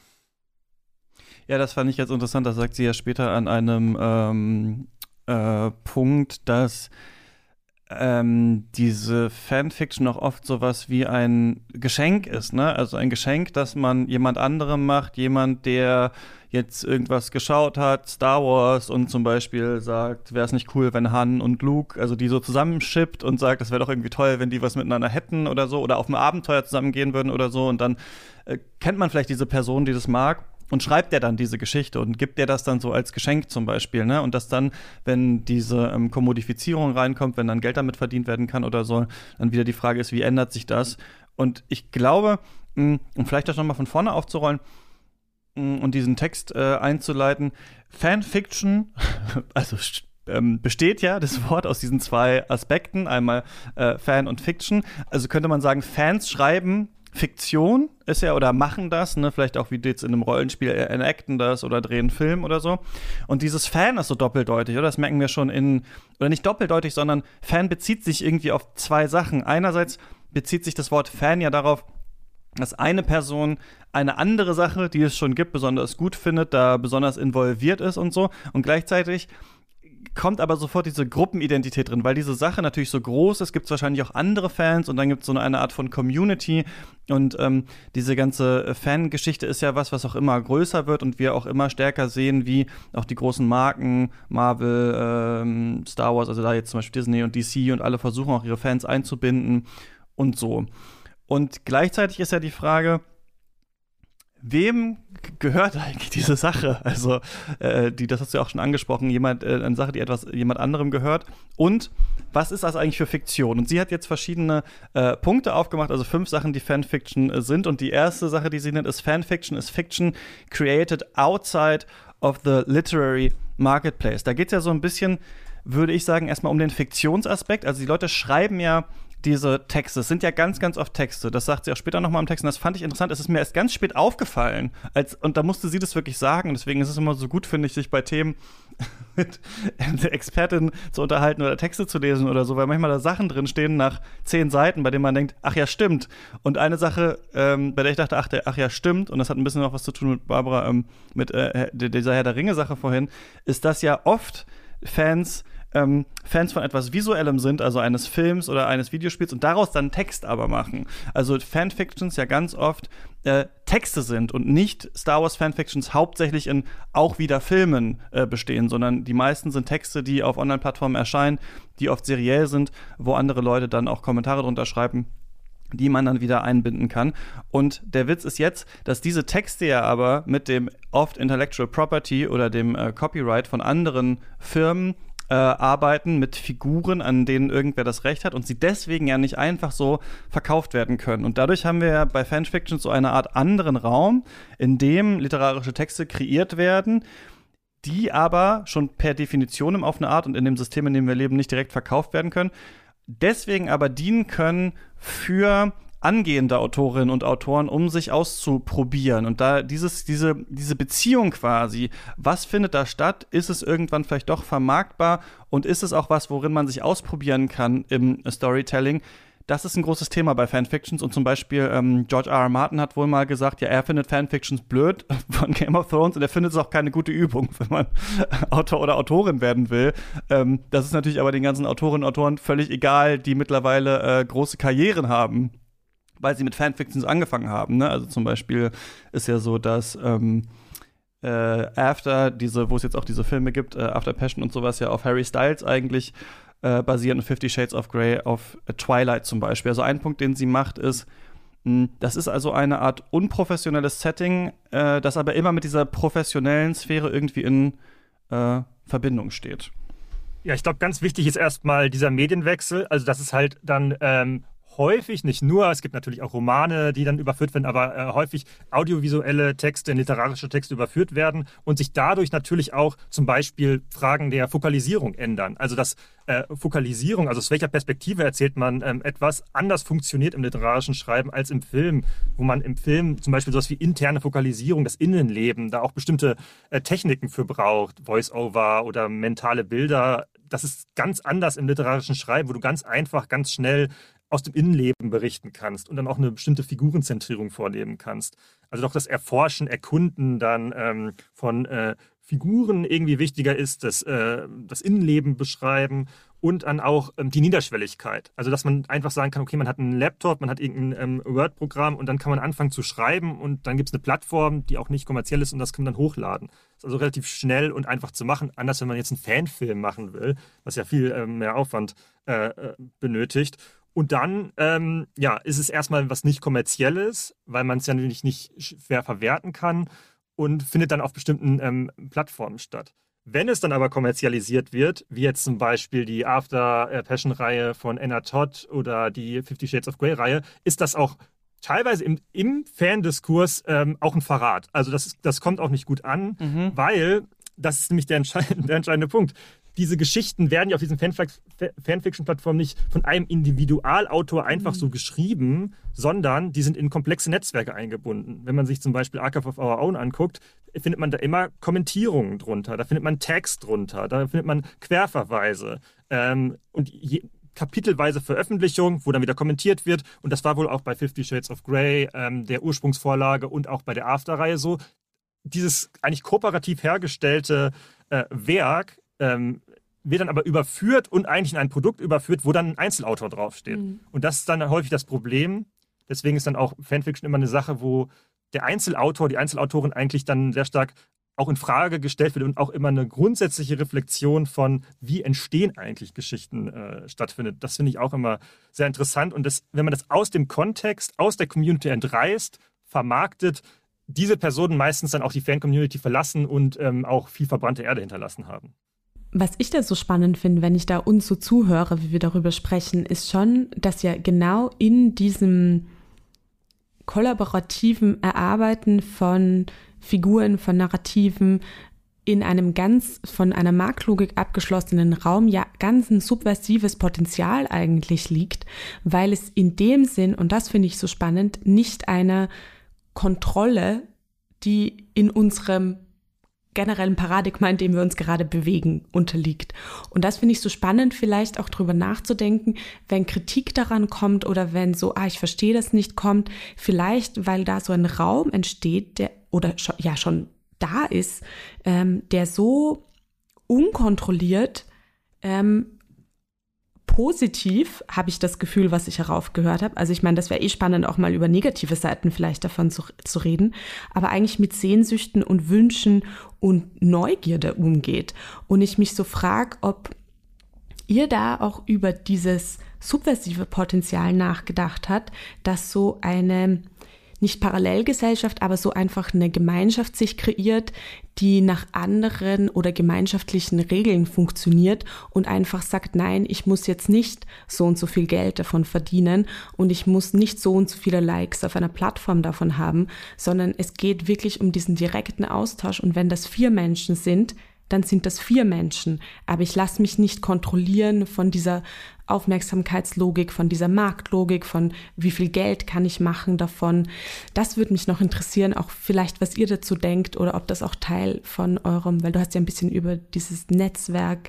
Ja, das fand ich jetzt interessant, das sagt sie ja später an einem Punkt, dass diese Fanfiction auch oft sowas wie ein Geschenk ist, ne? Also ein Geschenk, das man jemand anderem macht, jemand, der jetzt irgendwas geschaut hat, Star Wars, und zum Beispiel sagt, wäre es nicht cool, wenn Han und Luke, also die so zusammenschippt und sagt, das wäre doch irgendwie toll, wenn die was miteinander hätten oder so, oder auf ein Abenteuer zusammengehen würden oder so, und dann kennt man vielleicht diese Person, die das mag, und schreibt der dann diese Geschichte und gibt der das dann so als Geschenk zum Beispiel, ne? Und dass dann, wenn diese Kommodifizierung reinkommt, wenn dann Geld damit verdient werden kann oder so, dann wieder die Frage ist, wie ändert sich das? Und ich glaube, um vielleicht das nochmal von vorne aufzurollen und diesen Text einzuleiten, Fanfiction, also besteht ja das Wort aus diesen zwei Aspekten, einmal Fan und Fiction. Also könnte man sagen, Fans schreiben Fiktion ist ja, oder machen das, ne, vielleicht auch wie jetzt in einem Rollenspiel enacten das oder drehen Film oder so. Und dieses Fan ist so doppeldeutig, oder? Das merken wir schon oder nicht doppeldeutig, sondern Fan bezieht sich irgendwie auf zwei Sachen. Einerseits bezieht sich das Wort Fan ja darauf, dass eine Person eine andere Sache, die es schon gibt, besonders gut findet, da besonders involviert ist und so. Und gleichzeitig kommt aber sofort diese Gruppenidentität drin, weil diese Sache natürlich so groß ist, gibt es wahrscheinlich auch andere Fans und dann gibt es so eine Art von Community und diese ganze Fangeschichte ist ja was auch immer größer wird und wir auch immer stärker sehen, wie auch die großen Marken, Marvel, Star Wars, also da jetzt zum Beispiel Disney und DC und alle versuchen auch ihre Fans einzubinden und so. Und gleichzeitig ist ja die Frage, wem gehört eigentlich diese Sache? Also, das hast du ja auch schon angesprochen, eine Sache, die jemand anderem gehört. Und was ist das eigentlich für Fiktion? Und sie hat jetzt verschiedene Punkte aufgemacht, also 5 Sachen, die Fanfiction sind. Und die erste Sache, die sie nennt, ist Fanfiction is Fiction created outside of the literary marketplace. Da geht es ja so ein bisschen, würde ich sagen, erstmal um den Fiktionsaspekt. Also die Leute schreiben ja diese Texte. Es sind ja ganz, ganz oft Texte. Das sagt sie auch später nochmal im Text. Und das fand ich interessant. Es ist mir erst ganz spät aufgefallen. Und da musste sie das wirklich sagen. Deswegen ist es immer so gut, finde ich, sich bei Themen mit der Expertin zu unterhalten oder Texte zu lesen oder so, weil manchmal da Sachen drin stehen nach 10 Seiten, bei denen man denkt, ach ja, stimmt. Und eine Sache, bei der ich dachte, ach ja, stimmt, und das hat ein bisschen auch was zu tun mit Barbara, mit dieser Herr der Ringe-Sache vorhin, ist, dass ja oft Fans von etwas Visuellem sind, also eines Films oder eines Videospiels und daraus dann Text aber machen. Also Fanfictions ja ganz oft Texte sind und nicht Star Wars Fanfictions hauptsächlich in auch wieder Filmen bestehen, sondern die meisten sind Texte, die auf Online-Plattformen erscheinen, die oft seriell sind, wo andere Leute dann auch Kommentare drunter schreiben, die man dann wieder einbinden kann. Und der Witz ist jetzt, dass diese Texte ja aber mit dem oft Intellectual Property oder dem Copyright von anderen Firmen arbeiten mit Figuren, an denen irgendwer das Recht hat und sie deswegen ja nicht einfach so verkauft werden können. Und dadurch haben wir ja bei Fanfiction so eine Art anderen Raum, in dem literarische Texte kreiert werden, die aber schon per Definition auf eine Art und in dem System, in dem wir leben, nicht direkt verkauft werden können, deswegen aber dienen können für angehende Autorinnen und Autoren, um sich auszuprobieren. Und da diese Beziehung quasi, was findet da statt? Ist es irgendwann vielleicht doch vermarktbar? Und ist es auch was, worin man sich ausprobieren kann im Storytelling? Das ist ein großes Thema bei Fanfictions. Und zum Beispiel George R. R. Martin hat wohl mal gesagt, ja, er findet Fanfictions blöd von Game of Thrones und er findet es auch keine gute Übung, wenn man Autor oder Autorin werden will. Das ist natürlich aber den ganzen Autorinnen und Autoren völlig egal, die mittlerweile große Karrieren haben, weil sie mit Fanfictions angefangen haben, ne? Also zum Beispiel ist ja so, dass After, wo es jetzt auch diese Filme gibt, After Passion und sowas, ja auf Harry Styles eigentlich basieren, 50 Shades of Grey auf Twilight zum Beispiel. Also ein Punkt, den sie macht, ist, das ist also eine Art unprofessionelles Setting, das aber immer mit dieser professionellen Sphäre irgendwie in Verbindung steht. Ja, ich glaube, ganz wichtig ist erstmal dieser Medienwechsel, also das ist halt dann häufig, nicht nur, es gibt natürlich auch Romane, die dann überführt werden, aber häufig audiovisuelle Texte in literarische Texte überführt werden und sich dadurch natürlich auch zum Beispiel Fragen der Fokalisierung ändern. Also dass Fokalisierung, also aus welcher Perspektive erzählt man etwas, anders funktioniert im literarischen Schreiben als im Film, wo man im Film zum Beispiel sowas wie interne Fokalisierung, das Innenleben, da auch bestimmte Techniken für braucht, Voice-Over oder mentale Bilder. Das ist ganz anders im literarischen Schreiben, wo du ganz einfach, ganz schnell aus dem Innenleben berichten kannst und dann auch eine bestimmte Figurenzentrierung vornehmen kannst. Also doch das Erforschen, Erkunden dann von Figuren irgendwie wichtiger ist, das Innenleben beschreiben und dann auch die Niederschwelligkeit. Also, dass man einfach sagen kann, okay, man hat einen Laptop, man hat irgendein Word-Programm und dann kann man anfangen zu schreiben und dann gibt es eine Plattform, die auch nicht kommerziell ist und das kann man dann hochladen. Das ist also relativ schnell und einfach zu machen. Anders, wenn man jetzt einen Fanfilm machen will, was ja viel mehr Aufwand benötigt. Und dann ist es erstmal was nicht Kommerzielles, weil man es ja nicht schwer verwerten kann und findet dann auf bestimmten Plattformen statt. Wenn es dann aber kommerzialisiert wird, wie jetzt zum Beispiel die After Passion-Reihe von Anna Todd oder die 50 Shades of Grey-Reihe, ist das auch teilweise im Fandiskurs auch ein Verrat. Also das kommt auch nicht gut an, weil, das ist nämlich der entscheidende Punkt, diese Geschichten werden ja auf diesen Fanfiction-Plattformen nicht von einem Individualautor einfach so geschrieben, sondern die sind in komplexe Netzwerke eingebunden. Wenn man sich zum Beispiel Archive of Our Own anguckt, findet man da immer Kommentierungen drunter, da findet man Text drunter, da findet man Querverweise und kapitelweise Veröffentlichung, wo dann wieder kommentiert wird. Und das war wohl auch bei 50 Shades of Grey, der Ursprungsvorlage und auch bei der After-Reihe so. Dieses eigentlich kooperativ hergestellte Werk wird dann aber überführt und eigentlich in ein Produkt überführt, wo dann ein Einzelautor draufsteht. Und das ist dann häufig das Problem. Deswegen ist dann auch Fanfiction immer eine Sache, wo der Einzelautor, die Einzelautorin eigentlich dann sehr stark auch in Frage gestellt wird und auch immer eine grundsätzliche Reflexion von, wie entstehen eigentlich Geschichten stattfindet. Das finde ich auch immer sehr interessant. Und wenn man das aus dem Kontext, aus der Community entreißt, vermarktet, diese Personen meistens dann auch die Fan-Community verlassen und auch viel verbrannte Erde hinterlassen haben. Was ich da so spannend finde, wenn ich da uns so zuhöre, wie wir darüber sprechen, ist schon, dass ja genau in diesem kollaborativen Erarbeiten von Figuren, von Narrativen in einem ganz von einer Marktlogik abgeschlossenen Raum ja ganz ein subversives Potenzial eigentlich liegt, weil es in dem Sinn, und das finde ich so spannend, nicht eine Kontrolle, die in unserem generellen Paradigma, in dem wir uns gerade bewegen, unterliegt. Und das finde ich so spannend, vielleicht auch drüber nachzudenken, wenn Kritik daran kommt oder wenn so, ich verstehe das nicht, kommt, vielleicht, weil da so ein Raum entsteht, der schon da ist, der so unkontrolliert positiv, habe ich das Gefühl, was ich heraufgehört habe. Also ich meine, das wäre spannend, auch mal über negative Seiten vielleicht davon zu reden, aber eigentlich mit Sehnsüchten und Wünschen und Neugierde umgeht. Und ich mich so frage, ob ihr da auch über dieses subversive Potenzial nachgedacht habt, dass so eine nicht Parallelgesellschaft, aber so einfach eine Gemeinschaft sich kreiert, die nach anderen oder gemeinschaftlichen Regeln funktioniert und einfach sagt, nein, ich muss jetzt nicht so und so viel Geld davon verdienen und ich muss nicht so und so viele Likes auf einer Plattform davon haben, sondern es geht wirklich um diesen direkten Austausch und wenn das 4 Menschen sind, dann sind das 4 Menschen. Aber ich lasse mich nicht kontrollieren von dieser Aufmerksamkeitslogik, von dieser Marktlogik, von wie viel Geld kann ich machen davon. Das würde mich noch interessieren, auch vielleicht, was ihr dazu denkt oder ob das auch Teil von eurem, weil du hast ja ein bisschen über dieses Netzwerk,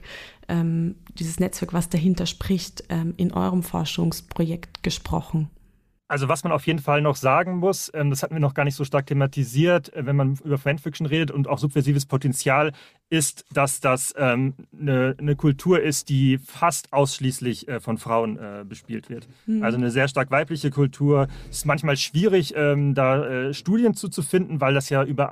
was dahinter spricht, in eurem Forschungsprojekt gesprochen. Also was man auf jeden Fall noch sagen muss, das hatten wir noch gar nicht so stark thematisiert, wenn man über Fanfiction redet und auch subversives Potenzial, ist, dass das eine Kultur ist, die fast ausschließlich von Frauen bespielt wird. Also eine sehr stark weibliche Kultur. Es ist manchmal schwierig, da Studien zu finden, weil das ja über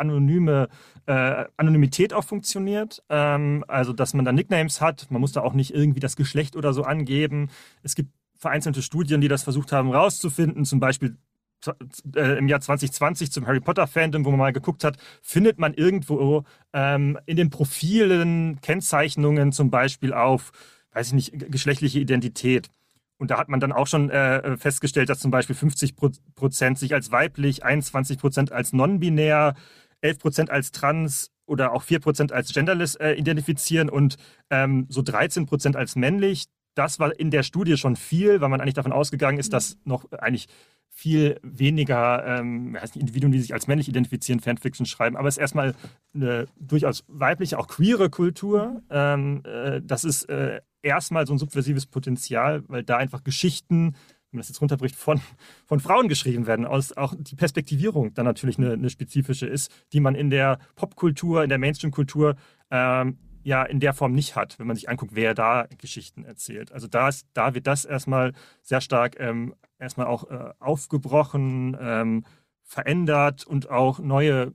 Anonymität auch funktioniert. Also dass man da Nicknames hat, man muss da auch nicht irgendwie das Geschlecht oder so angeben. Es gibt vereinzelte Studien, die das versucht haben rauszufinden, zum Beispiel im Jahr 2020 zum Harry Potter-Fandom, wo man mal geguckt hat, findet man irgendwo in den Profilen Kennzeichnungen zum Beispiel auf, weiß ich nicht, geschlechtliche Identität. Und da hat man dann auch schon festgestellt, dass zum Beispiel 50% sich als weiblich, 21% als non-binär, 11% als trans oder auch 4% als genderless identifizieren und so 13% als männlich. Das war in der Studie schon viel, weil man eigentlich davon ausgegangen ist, dass noch eigentlich viel weniger Individuen, die sich als männlich identifizieren, Fanfiction schreiben. Aber es ist erstmal eine durchaus weibliche, auch queere Kultur. Das ist erstmal so ein subversives Potenzial, weil da einfach Geschichten, wenn man das jetzt runterbricht, von Frauen geschrieben werden. Auch die Perspektivierung dann natürlich eine spezifische ist, die man in der Popkultur, in der Mainstream-Kultur ja in der Form nicht hat, wenn man sich anguckt, wer da Geschichten erzählt. Also da wird das erstmal sehr stark erstmal auch aufgebrochen, verändert und auch neue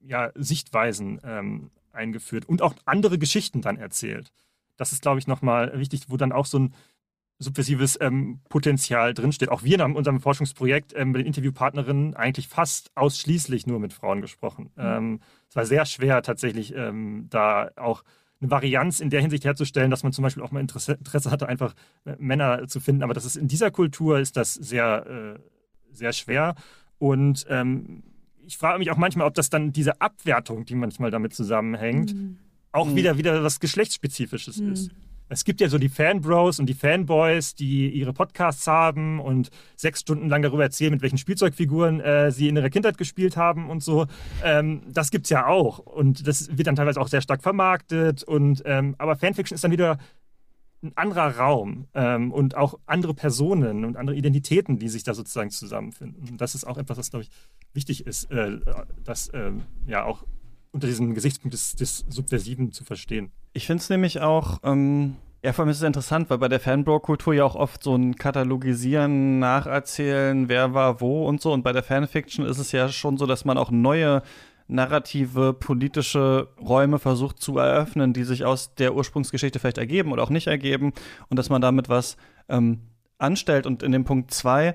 Sichtweisen eingeführt und auch andere Geschichten dann erzählt. Das ist, glaube ich, nochmal wichtig, wo dann auch so ein subversives Potenzial drinsteht. Auch wir haben in unserem Forschungsprojekt mit den Interviewpartnerinnen eigentlich fast ausschließlich nur mit Frauen gesprochen. Es war sehr schwer tatsächlich da auch eine Varianz in der Hinsicht herzustellen, dass man zum Beispiel auch mal Interesse hatte, einfach Männer zu finden. Aber das ist in dieser Kultur ist das sehr, sehr schwer. Und ich frage mich auch manchmal, ob das dann diese Abwertung, die manchmal damit zusammenhängt, auch wieder was Geschlechtsspezifisches ist. Es gibt ja so die Fanbros und die Fanboys, die ihre Podcasts haben und 6 Stunden lang darüber erzählen, mit welchen Spielzeugfiguren sie in ihrer Kindheit gespielt haben und so. Das gibt's ja auch. Und das wird dann teilweise auch sehr stark vermarktet. Aber Fanfiction ist dann wieder ein anderer Raum und auch andere Personen und andere Identitäten, die sich da sozusagen zusammenfinden. Und das ist auch etwas, was, glaube ich, wichtig ist, das auch unter diesem Gesichtspunkt des Subversiven zu verstehen. Ich finde es nämlich auch, vor allem ist es interessant, weil bei der Fanbro-Kultur ja auch oft so ein Katalogisieren, Nacherzählen, wer war wo und so. Und bei der Fanfiction ist es ja schon so, dass man auch neue narrative, politische Räume versucht zu eröffnen, die sich aus der Ursprungsgeschichte vielleicht ergeben oder auch nicht ergeben. Und dass man damit was anstellt. Und in dem Punkt 2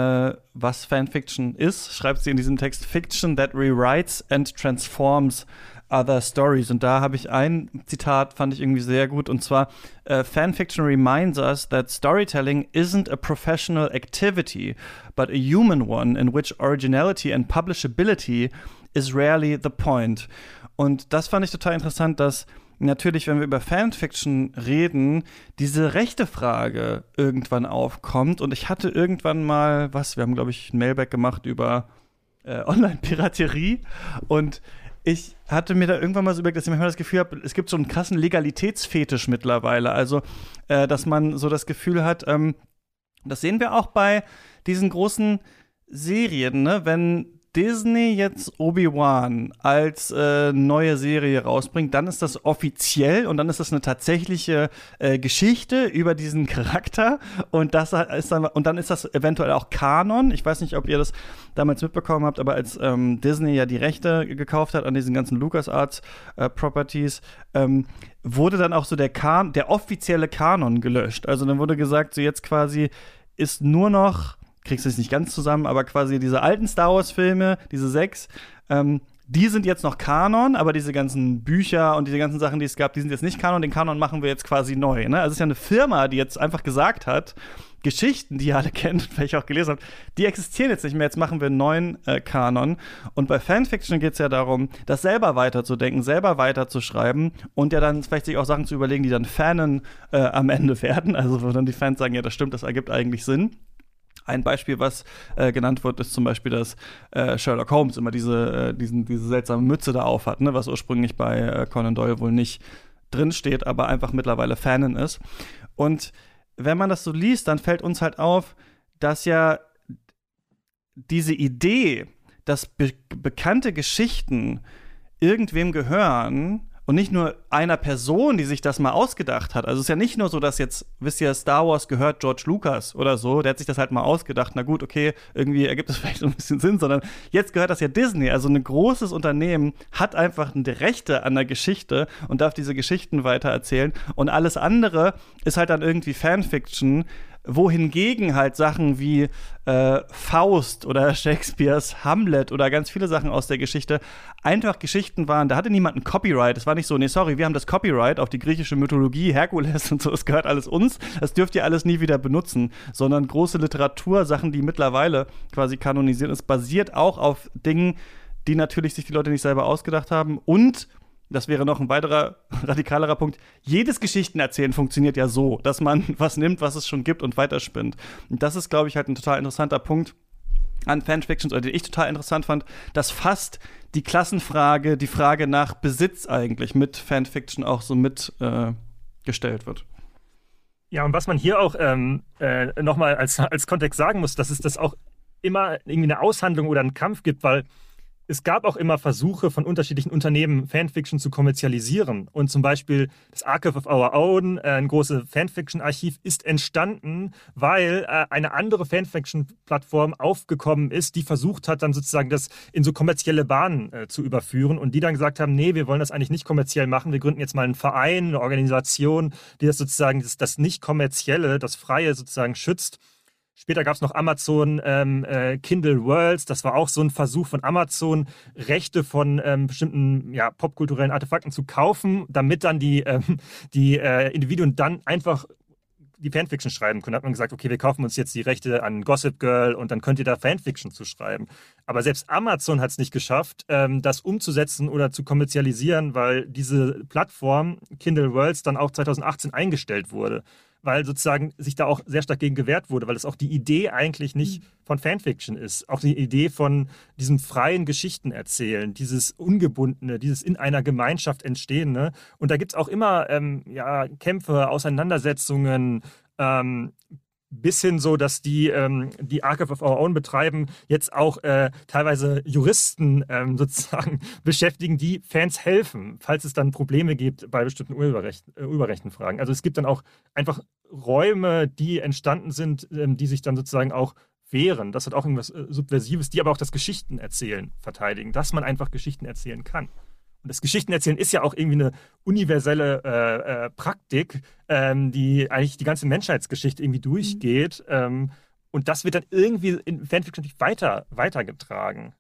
was Fanfiction ist, schreibt sie in diesem Text: Fiction that rewrites and transforms other stories. Und da habe ich ein Zitat, fand ich irgendwie sehr gut, und zwar: Fanfiction reminds us that storytelling isn't a professional activity, but a human one in which originality and publishability is rarely the point. Und das fand ich total interessant, dass natürlich, wenn wir über Fanfiction reden, diese rechte Frage irgendwann aufkommt. Und ich hatte irgendwann mal, wir haben, glaube ich, ein Mailback gemacht über Online-Piraterie. Und ich hatte mir da irgendwann mal so überlegt, dass ich manchmal das Gefühl habe, es gibt so einen krassen Legalitätsfetisch mittlerweile. Also, dass man so das Gefühl hat, das sehen wir auch bei diesen großen Serien, ne? Wenn Disney jetzt Obi-Wan als neue Serie rausbringt, dann ist das offiziell und dann ist das eine tatsächliche Geschichte über diesen Charakter und dann ist das eventuell auch Kanon. Ich weiß nicht, ob ihr das damals mitbekommen habt, aber als Disney ja die Rechte gekauft hat an diesen ganzen LucasArts Properties, wurde dann auch so der offizielle Kanon gelöscht. Also dann wurde gesagt, so jetzt quasi ist nur noch, kriegst du es nicht ganz zusammen, aber quasi diese alten Star Wars-Filme, diese 6, die sind jetzt noch Kanon, aber diese ganzen Bücher und diese ganzen Sachen, die es gab, die sind jetzt nicht Kanon. Den Kanon machen wir jetzt quasi neu. Ne? Also es ist ja eine Firma, die jetzt einfach gesagt hat, Geschichten, die ihr alle kennt, vielleicht auch gelesen habt, die existieren jetzt nicht mehr, jetzt machen wir einen neuen Kanon. Und bei Fanfiction geht es ja darum, das selber weiterzudenken, selber weiterzuschreiben und ja dann vielleicht sich auch Sachen zu überlegen, die dann Fanon am Ende werden. Also wo dann die Fans sagen, ja, das stimmt, das ergibt eigentlich Sinn. Ein Beispiel, was genannt wird, ist zum Beispiel, dass Sherlock Holmes immer diese seltsame Mütze da aufhat, ne, was ursprünglich bei Conan Doyle wohl nicht drinsteht, aber einfach mittlerweile Fanon ist. Und wenn man das so liest, dann fällt uns halt auf, dass ja diese Idee, dass bekannte Geschichten irgendwem gehören und nicht nur einer Person, die sich das mal ausgedacht hat. Also es ist ja nicht nur so, dass jetzt, wisst ihr, Star Wars gehört George Lucas oder so, der hat sich das halt mal ausgedacht, na gut, okay, irgendwie ergibt das vielleicht so ein bisschen Sinn, sondern jetzt gehört das ja Disney. Also ein großes Unternehmen hat einfach die Rechte an der Geschichte und darf diese Geschichten weitererzählen und alles andere ist halt dann irgendwie Fanfiction, wohingegen halt Sachen wie Faust oder Shakespeares Hamlet oder ganz viele Sachen aus der Geschichte einfach Geschichten waren, da hatte niemand ein Copyright. Es war nicht so, nee, sorry, wir haben das Copyright auf die griechische Mythologie, Herkules und so, es gehört alles uns, das dürft ihr alles nie wieder benutzen, sondern große Literatur, Sachen, die mittlerweile quasi kanonisiert ist, basiert auch auf Dingen, die natürlich sich die Leute nicht selber ausgedacht haben. Und das wäre noch ein weiterer radikalerer Punkt. Jedes Geschichtenerzählen funktioniert ja so, dass man was nimmt, was es schon gibt und weiterspinnt. Und das ist, glaube ich, halt ein total interessanter Punkt an Fanfictions, oder den ich total interessant fand, dass fast die Klassenfrage, die Frage nach Besitz eigentlich mit Fanfiction auch so mitgestellt wird. Ja, und was man hier auch nochmal als Kontext sagen muss, dass es das auch immer irgendwie eine Aushandlung oder einen Kampf gibt, weil es gab auch immer Versuche von unterschiedlichen Unternehmen, Fanfiction zu kommerzialisieren. Und zum Beispiel das Archive of Our Own, ein großes Fanfiction-Archiv, ist entstanden, weil eine andere Fanfiction-Plattform aufgekommen ist, die versucht hat, dann sozusagen das in so kommerzielle Bahnen zu überführen. Und die dann gesagt haben, nee, wir wollen das eigentlich nicht kommerziell machen. Wir gründen jetzt mal einen Verein, eine Organisation, die das sozusagen, das Nicht-Kommerzielle, das Freie sozusagen schützt. Später gab es noch Amazon Kindle Worlds. Das war auch so ein Versuch von Amazon, Rechte von bestimmten popkulturellen Artefakten zu kaufen, damit dann die Individuen dann einfach die Fanfiction schreiben können. Da hat man gesagt, okay, wir kaufen uns jetzt die Rechte an Gossip Girl und dann könnt ihr da Fanfiction zu schreiben. Aber selbst Amazon hat es nicht geschafft, das umzusetzen oder zu kommerzialisieren, weil diese Plattform Kindle Worlds dann auch 2018 eingestellt wurde. Weil sozusagen sich da auch sehr stark gegen gewehrt wurde, weil es auch die Idee eigentlich nicht von Fanfiction ist. Auch die Idee von diesem freien Geschichtenerzählen, dieses Ungebundene, dieses in einer Gemeinschaft Entstehende. Und da gibt es auch immer Kämpfe, Auseinandersetzungen, bis hin so, dass die Archive of Our Own betreiben, jetzt auch teilweise Juristen sozusagen beschäftigen, die Fans helfen, falls es dann Probleme gibt bei bestimmten Urheberrechtenfragen. Also es gibt dann auch einfach Räume, die entstanden sind, die sich dann sozusagen auch wehren. Das hat auch irgendwas Subversives, die aber auch das Geschichtenerzählen verteidigen, dass man einfach Geschichten erzählen kann. Und das Geschichtenerzählen ist ja auch irgendwie eine universelle Praktik, die eigentlich die ganze Menschheitsgeschichte irgendwie durchgeht. Und das wird dann irgendwie in Fanfiction weitergetragen.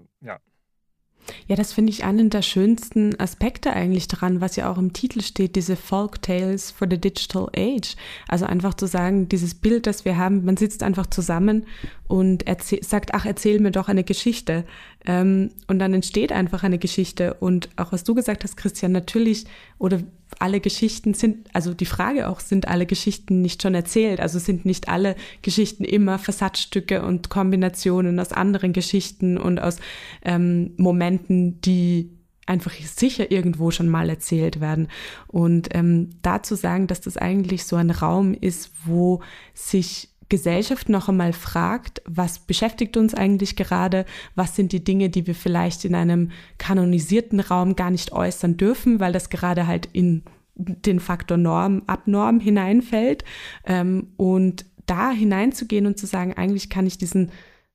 Ja, das finde ich einen der schönsten Aspekte eigentlich daran, was ja auch im Titel steht, diese Folk Tales for the Digital Age. Also einfach zu sagen, dieses Bild, das wir haben, man sitzt einfach zusammen und sagt, ach, erzähl mir doch eine Geschichte. Und dann entsteht einfach eine Geschichte. Und auch was du gesagt hast, Christian, natürlich, oder alle Geschichten sind, also die Frage auch, sind alle Geschichten nicht schon erzählt? Also sind nicht alle Geschichten immer Versatzstücke und Kombinationen aus anderen Geschichten und aus Momenten, die einfach sicher irgendwo schon mal erzählt werden. Und dazu sagen, dass das eigentlich so ein Raum ist, wo sich Gesellschaft noch einmal fragt, was beschäftigt uns eigentlich gerade, was sind die Dinge, die wir vielleicht in einem kanonisierten Raum gar nicht äußern dürfen, weil das gerade halt in den Faktor Norm, Abnorm hineinfällt, und da hineinzugehen und zu sagen, eigentlich kann ich diesen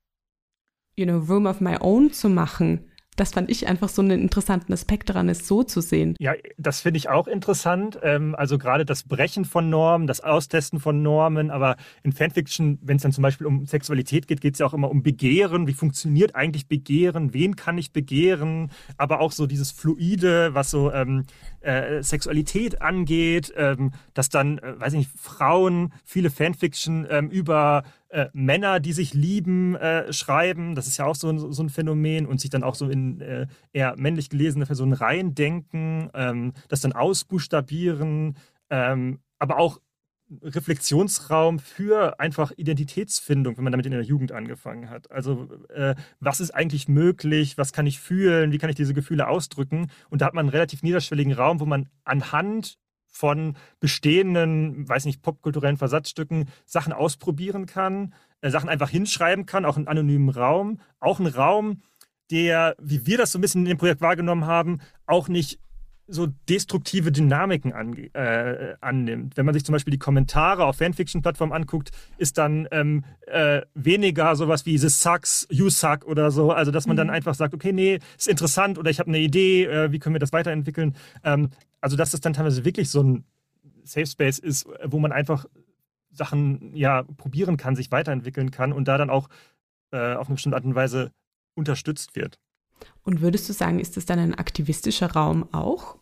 Room of my own zu machen. Das fand ich einfach so einen interessanten Aspekt daran, es so zu sehen. Ja, das finde ich auch interessant. Also gerade das Brechen von Normen, das Austesten von Normen. Aber in Fanfiction, wenn es dann zum Beispiel um Sexualität geht, geht es ja auch immer um Begehren. Wie funktioniert eigentlich Begehren? Wen kann ich begehren? Aber auch so dieses Fluide, was so Sexualität angeht, dass dann, weiß ich nicht, Frauen viele Fanfiction über Männer, die sich lieben, schreiben. Das ist ja auch so ein Phänomen und sich dann auch so in eher männlich gelesene Personen reindenken, das dann ausbuchstabieren, aber auch Reflexionsraum für einfach Identitätsfindung, wenn man damit in der Jugend angefangen hat. Also was ist eigentlich möglich, was kann ich fühlen, wie kann ich diese Gefühle ausdrücken? Und da hat man einen relativ niederschwelligen Raum, wo man anhand von bestehenden, weiß nicht, popkulturellen Versatzstücken Sachen ausprobieren kann, Sachen einfach hinschreiben kann, auch in anonymen Raum. Auch ein Raum, der, wie wir das so ein bisschen in dem Projekt wahrgenommen haben, auch nicht so destruktive Dynamiken annimmt. Wenn man sich zum Beispiel die Kommentare auf Fanfiction-Plattformen anguckt, ist dann weniger sowas wie "This sucks", "You suck" oder so. Also, dass man dann einfach sagt, okay, nee, ist interessant oder ich habe eine Idee, wie können wir das weiterentwickeln. Also, dass das dann teilweise wirklich so ein Safe Space ist, wo man einfach Sachen probieren kann, sich weiterentwickeln kann und da dann auch auf eine bestimmte Art und Weise unterstützt wird. Und würdest du sagen, ist das dann ein aktivistischer Raum auch?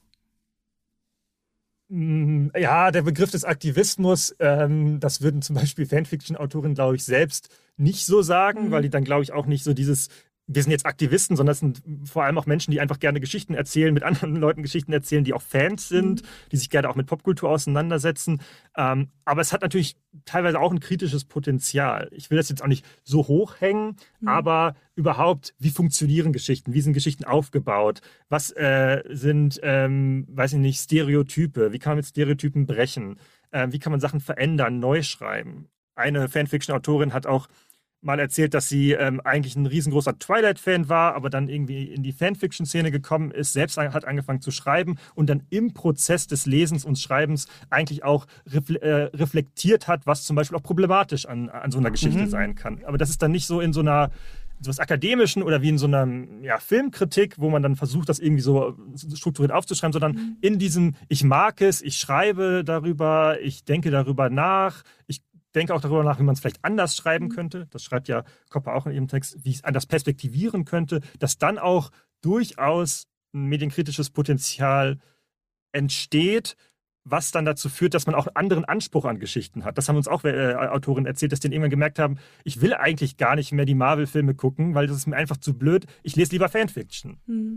Ja, der Begriff des Aktivismus, das würden zum Beispiel Fanfiction-Autorinnen, glaube ich, selbst nicht so sagen, weil die dann, glaube ich, auch nicht so dieses, wir sind jetzt Aktivisten, sondern das sind vor allem auch Menschen, die einfach gerne Geschichten erzählen, mit anderen Leuten Geschichten erzählen, die auch Fans sind, die sich gerne auch mit Popkultur auseinandersetzen. Aber es hat natürlich teilweise auch ein kritisches Potenzial. Ich will das jetzt auch nicht so hochhängen, aber überhaupt, wie funktionieren Geschichten? Wie sind Geschichten aufgebaut? Was sind, weiß ich nicht, Stereotype? Wie kann man mit Stereotypen brechen? Wie kann man Sachen verändern, neu schreiben? Eine Fanfiction-Autorin hat auch mal erzählt, dass sie eigentlich ein riesengroßer Twilight-Fan war, aber dann irgendwie in die Fanfiction-Szene gekommen ist, selbst hat angefangen zu schreiben und dann im Prozess des Lesens und Schreibens eigentlich auch reflektiert hat, was zum Beispiel auch problematisch an so einer Geschichte sein kann. Aber das ist dann nicht so in so einer sowas Akademischen oder wie in so einer Filmkritik, wo man dann versucht, das irgendwie so strukturiert aufzuschreiben, sondern in diesem, ich mag es, ich schreibe darüber, ich denke darüber nach, ich denke auch darüber nach, wie man es vielleicht anders schreiben könnte. Das schreibt ja Kopper auch in ihrem Text, wie ich es anders perspektivieren könnte, dass dann auch durchaus ein medienkritisches Potenzial entsteht, was dann dazu führt, dass man auch einen anderen Anspruch an Geschichten hat. Das haben uns auch Autorinnen erzählt, dass die irgendwann gemerkt haben, ich will eigentlich gar nicht mehr die Marvel-Filme gucken, weil das ist mir einfach zu blöd. Ich lese lieber Fanfiction.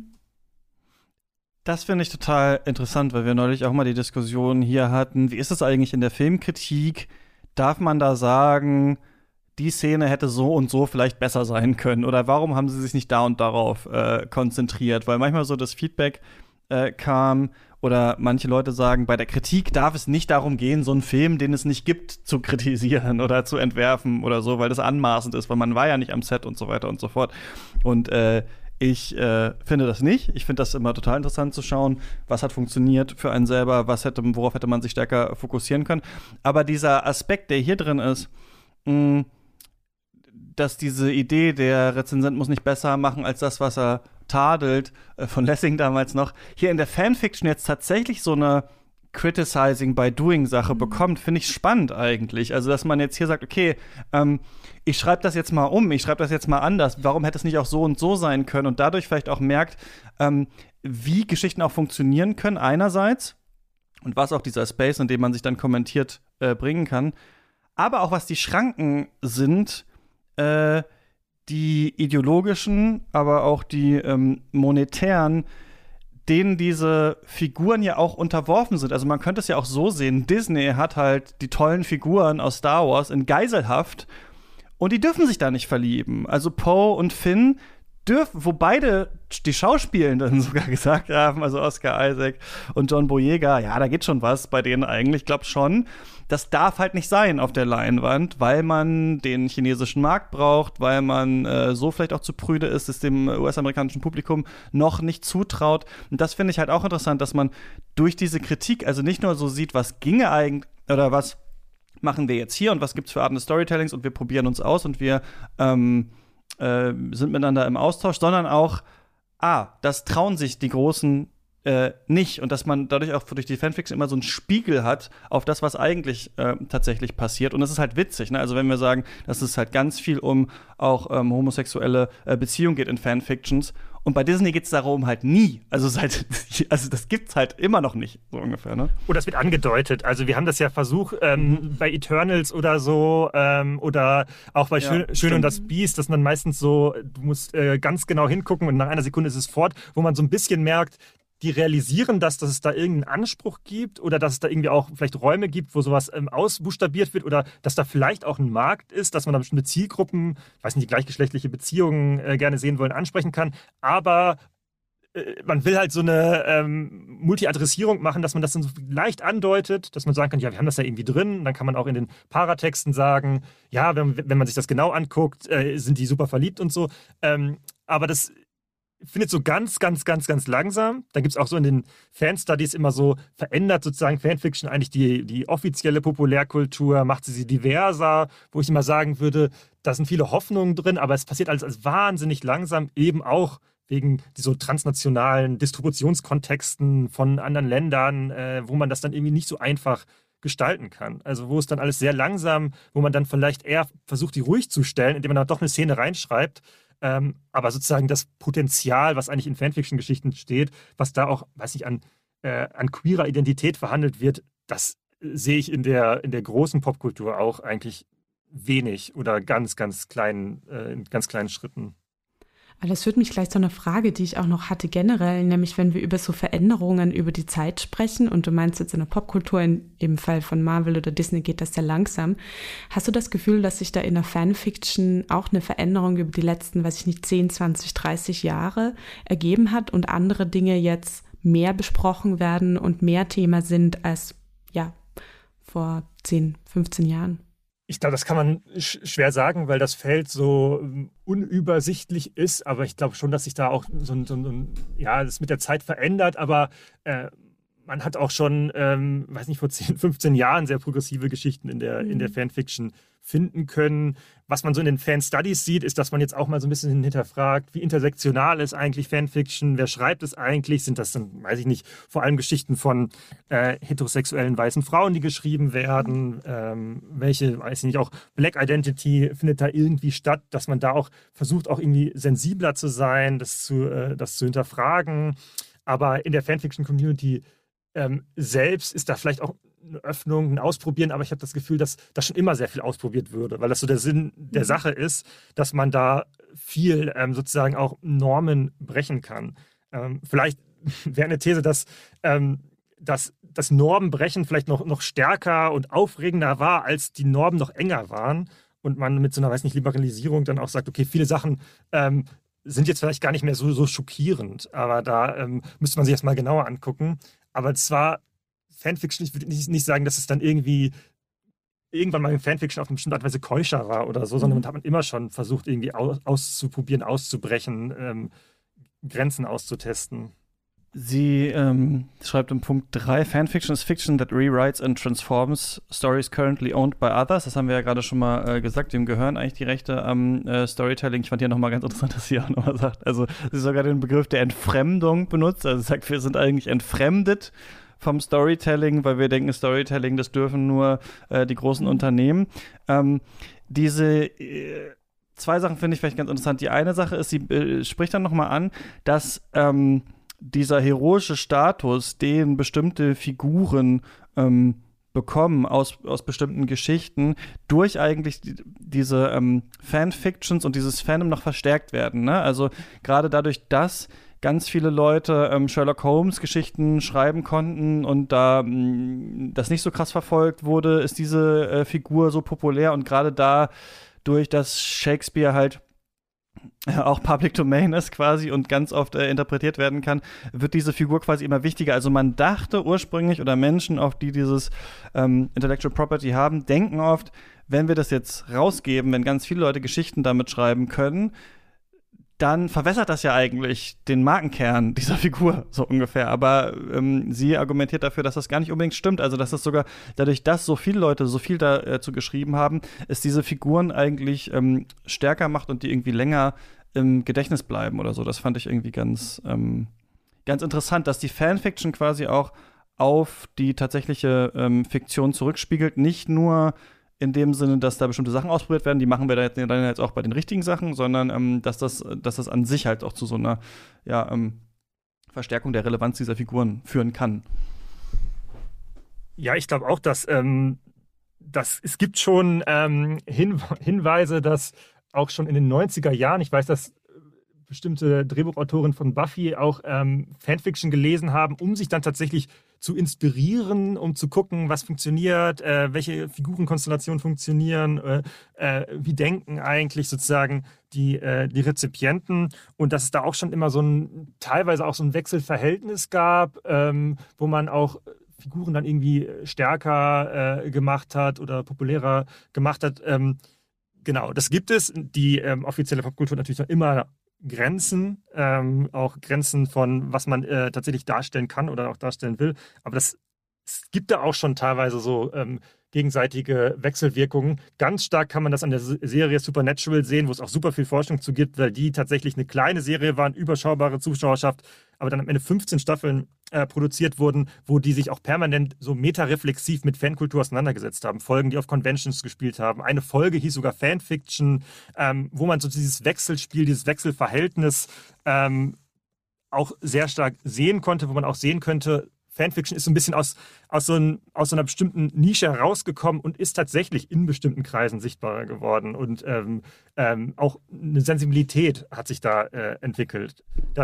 Das finde ich total interessant, weil wir neulich auch mal die Diskussion hier hatten, wie ist es eigentlich in der Filmkritik? Darf man da sagen, die Szene hätte so und so vielleicht besser sein können? Oder warum haben sie sich nicht da und darauf konzentriert? Weil manchmal so das Feedback kam oder manche Leute sagen, bei der Kritik darf es nicht darum gehen, so einen Film, den es nicht gibt, zu kritisieren oder zu entwerfen oder so, weil das anmaßend ist, weil man war ja nicht am Set und so weiter und so fort. Und ich finde das nicht. Ich finde das immer total interessant zu schauen, was hat funktioniert für einen selber, worauf hätte man sich stärker fokussieren können. Aber dieser Aspekt, der hier drin ist, dass diese Idee, der Rezensent muss nicht besser machen als das, was er tadelt, von Lessing damals noch, hier in der Fanfiction jetzt tatsächlich so eine Criticizing by Doing Sache bekommt, finde ich spannend eigentlich. Also, dass man jetzt hier sagt, okay, ich schreibe das jetzt mal um, ich schreibe das jetzt mal anders, warum hätte es nicht auch so und so sein können? Und dadurch vielleicht auch merkt, wie Geschichten auch funktionieren können einerseits und was auch dieser Space, in dem man sich dann kommentiert, bringen kann, aber auch was die Schranken sind, die ideologischen, aber auch die monetären, denen diese Figuren ja auch unterworfen sind. Also man könnte es ja auch so sehen, Disney hat halt die tollen Figuren aus Star Wars in Geiselhaft und die dürfen sich da nicht verlieben. Also Poe und Finn wo beide die Schauspielenden sogar gesagt haben, also Oscar Isaac und John Boyega, ja, da geht schon was bei denen eigentlich, ich glaube schon. Das darf halt nicht sein auf der Leinwand, weil man den chinesischen Markt braucht, weil man so vielleicht auch zu prüde ist, es dem US-amerikanischen Publikum noch nicht zutraut. Und das finde ich halt auch interessant, dass man durch diese Kritik also nicht nur so sieht, was ginge eigentlich oder was machen wir jetzt hier und was gibt's für Arten des Storytellings und wir probieren uns aus und wir sind miteinander im Austausch, sondern auch, das trauen sich die Großen nicht und dass man dadurch auch durch die Fanfiction immer so einen Spiegel hat auf das, was eigentlich tatsächlich passiert. Und das ist halt witzig, ne? Also wenn wir sagen, dass es halt ganz viel um auch homosexuelle Beziehungen geht in Fanfictions und bei Disney geht es darum halt nie. Also das gibt's halt immer noch nicht, so ungefähr, ne? Oder es wird angedeutet. Also wir haben das ja versucht bei Eternals oder so oder auch bei Schön und das Biest, das sind dann meistens so, du musst ganz genau hingucken und nach einer Sekunde ist es fort, wo man so ein bisschen merkt, die realisieren dass es da irgendeinen Anspruch gibt oder dass es da irgendwie auch vielleicht Räume gibt, wo sowas ausbuchstabiert wird oder dass da vielleicht auch ein Markt ist, dass man da bestimmte Zielgruppen, ich weiß nicht, die gleichgeschlechtliche Beziehungen gerne sehen wollen, ansprechen kann. Aber man will halt so eine Multi-Adressierung machen, dass man das dann so leicht andeutet, dass man sagen kann, ja, wir haben das da irgendwie drin. Dann kann man auch in den Paratexten sagen, ja, wenn man sich das genau anguckt, sind die super verliebt und so. Aber das findet so ganz, ganz, ganz, ganz langsam. Da gibt es auch so in den Fanstudies immer so verändert sozusagen Fanfiction eigentlich die offizielle Populärkultur, macht sie diverser, wo ich immer sagen würde, da sind viele Hoffnungen drin, aber es passiert alles als wahnsinnig langsam, eben auch wegen so transnationalen Distributionskontexten von anderen Ländern, wo man das dann irgendwie nicht so einfach gestalten kann. Also wo es dann alles sehr langsam, wo man dann vielleicht eher versucht, die ruhig zu stellen, indem man dann doch eine Szene reinschreibt. Aber sozusagen das Potenzial, was eigentlich in Fanfiction-Geschichten steht, was da auch, weiß nicht, an queerer Identität verhandelt wird, das sehe ich in der großen Popkultur auch eigentlich wenig oder ganz, ganz kleinen, in ganz kleinen Schritten. Aber das führt mich gleich zu einer Frage, die ich auch noch hatte generell, nämlich wenn wir über so Veränderungen über die Zeit sprechen und du meinst jetzt in der Popkultur, in dem Fall von Marvel oder Disney geht das sehr langsam. Hast du das Gefühl, dass sich da in der Fanfiction auch eine Veränderung über die letzten, 10, 20, 30 Jahre ergeben hat und andere Dinge jetzt mehr besprochen werden und mehr Thema sind als vor 10, 15 Jahren? Ich glaube, das kann man schwer sagen, weil das Feld so unübersichtlich ist. Aber ich glaube schon, dass sich da auch das mit der Zeit verändert. Aber man hat auch schon, weiß nicht, vor 10, 15 Jahren sehr progressive Geschichten in der Fanfiction finden können. Was man so in den Fan-Studies sieht, ist, dass man jetzt auch mal so ein bisschen hinterfragt, wie intersektional ist eigentlich Fanfiction, wer schreibt es eigentlich? Sind das dann, weiß ich nicht, vor allem Geschichten von heterosexuellen weißen Frauen, die geschrieben werden? Welche, weiß ich nicht, auch Black Identity findet da irgendwie statt, dass man da auch versucht, auch irgendwie sensibler zu sein, das zu hinterfragen. Aber in der Fanfiction-Community selbst ist da vielleicht auch eine Öffnung, ein Ausprobieren, aber ich habe das Gefühl, dass da schon immer sehr viel ausprobiert würde, weil das so der Sinn der Sache ist, dass man da viel sozusagen auch Normen brechen kann. Vielleicht wäre eine These, dass das Normenbrechen vielleicht noch stärker und aufregender war, als die Normen noch enger waren und man mit so einer, weiß nicht, Liberalisierung dann auch sagt, okay, viele Sachen sind jetzt vielleicht gar nicht mehr so schockierend, aber da müsste man sich das mal genauer angucken. Aber zwar Fanfiction, ich würde nicht sagen, dass es dann irgendwann mal in Fanfiction auf eine bestimmte Art und Weise keuscher war oder so, sondern man hat immer schon versucht, irgendwie auszuprobieren, auszubrechen, Grenzen auszutesten. Sie schreibt im Punkt 3, Fanfiction is fiction that rewrites and transforms stories currently owned by others. Das haben wir ja gerade schon mal gesagt, dem gehören eigentlich die Rechte am Storytelling. Ich fand hier nochmal ganz interessant, dass sie auch nochmal sagt, also sie sogar den Begriff der Entfremdung benutzt. Also sie sagt, wir sind eigentlich entfremdet vom Storytelling, weil wir denken, Storytelling, das dürfen nur die großen Unternehmen. Diese zwei Sachen finde ich vielleicht ganz interessant. Die eine Sache ist, sie spricht dann nochmal an, dass dieser heroische Status, den bestimmte Figuren bekommen aus bestimmten Geschichten, durch eigentlich diese Fanfictions und dieses Fandom noch verstärkt werden. Ne? Also gerade dadurch, dass ganz viele Leute Sherlock Holmes Geschichten schreiben konnten und da das nicht so krass verfolgt wurde, ist diese Figur so populär und gerade dadurch, dass Shakespeare halt auch Public Domain ist quasi und ganz oft interpretiert werden kann, wird diese Figur quasi immer wichtiger. Also man dachte ursprünglich, oder Menschen, auf die dieses Intellectual Property haben, denken oft, wenn wir das jetzt rausgeben, wenn ganz viele Leute Geschichten damit schreiben können, dann verwässert das ja eigentlich den Markenkern dieser Figur, so ungefähr. Aber sie argumentiert dafür, dass das gar nicht unbedingt stimmt. Also, dass das sogar dadurch, dass so viele Leute so viel dazu geschrieben haben, es diese Figuren eigentlich stärker macht und die irgendwie länger im Gedächtnis bleiben oder so. Das fand ich irgendwie ganz interessant, dass die Fanfiction quasi auch auf die tatsächliche Fiktion zurückspiegelt. Nicht nur in dem Sinne, dass da bestimmte Sachen ausprobiert werden, die machen wir dann jetzt auch bei den richtigen Sachen, sondern dass das an sich halt auch zu so einer Verstärkung der Relevanz dieser Figuren führen kann. Ja, ich glaube auch, dass es gibt schon Hinweise, dass auch schon in den 90er Jahren, ich weiß, dass bestimmte Drehbuchautoren von Buffy auch Fanfiction gelesen haben, um sich dann tatsächlich zu inspirieren, um zu gucken, was funktioniert, welche Figurenkonstellationen funktionieren, wie denken eigentlich sozusagen die Rezipienten, und dass es da auch schon immer teilweise auch so ein Wechselverhältnis gab, wo man auch Figuren dann irgendwie stärker gemacht hat oder populärer gemacht hat. Genau, das gibt es. Die offizielle Popkultur natürlich noch immer Grenzen, auch Grenzen von, was man tatsächlich darstellen kann oder auch darstellen will. Aber es gibt da auch schon teilweise so gegenseitige Wechselwirkungen. Ganz stark kann man das an der Serie Supernatural sehen, wo es auch super viel Forschung zu gibt, weil die tatsächlich eine kleine Serie war, eine überschaubare Zuschauerschaft, aber dann am Ende 15 Staffeln produziert wurden, wo die sich auch permanent so metareflexiv mit Fankultur auseinandergesetzt haben. Folgen, die auf Conventions gespielt haben. Eine Folge hieß sogar Fanfiction, wo man so dieses Wechselspiel, dieses Wechselverhältnis auch sehr stark sehen konnte, wo man auch sehen könnte, Fanfiction ist so ein bisschen aus so einer bestimmten Nische herausgekommen und ist tatsächlich in bestimmten Kreisen sichtbarer geworden. Und auch eine Sensibilität hat sich da entwickelt.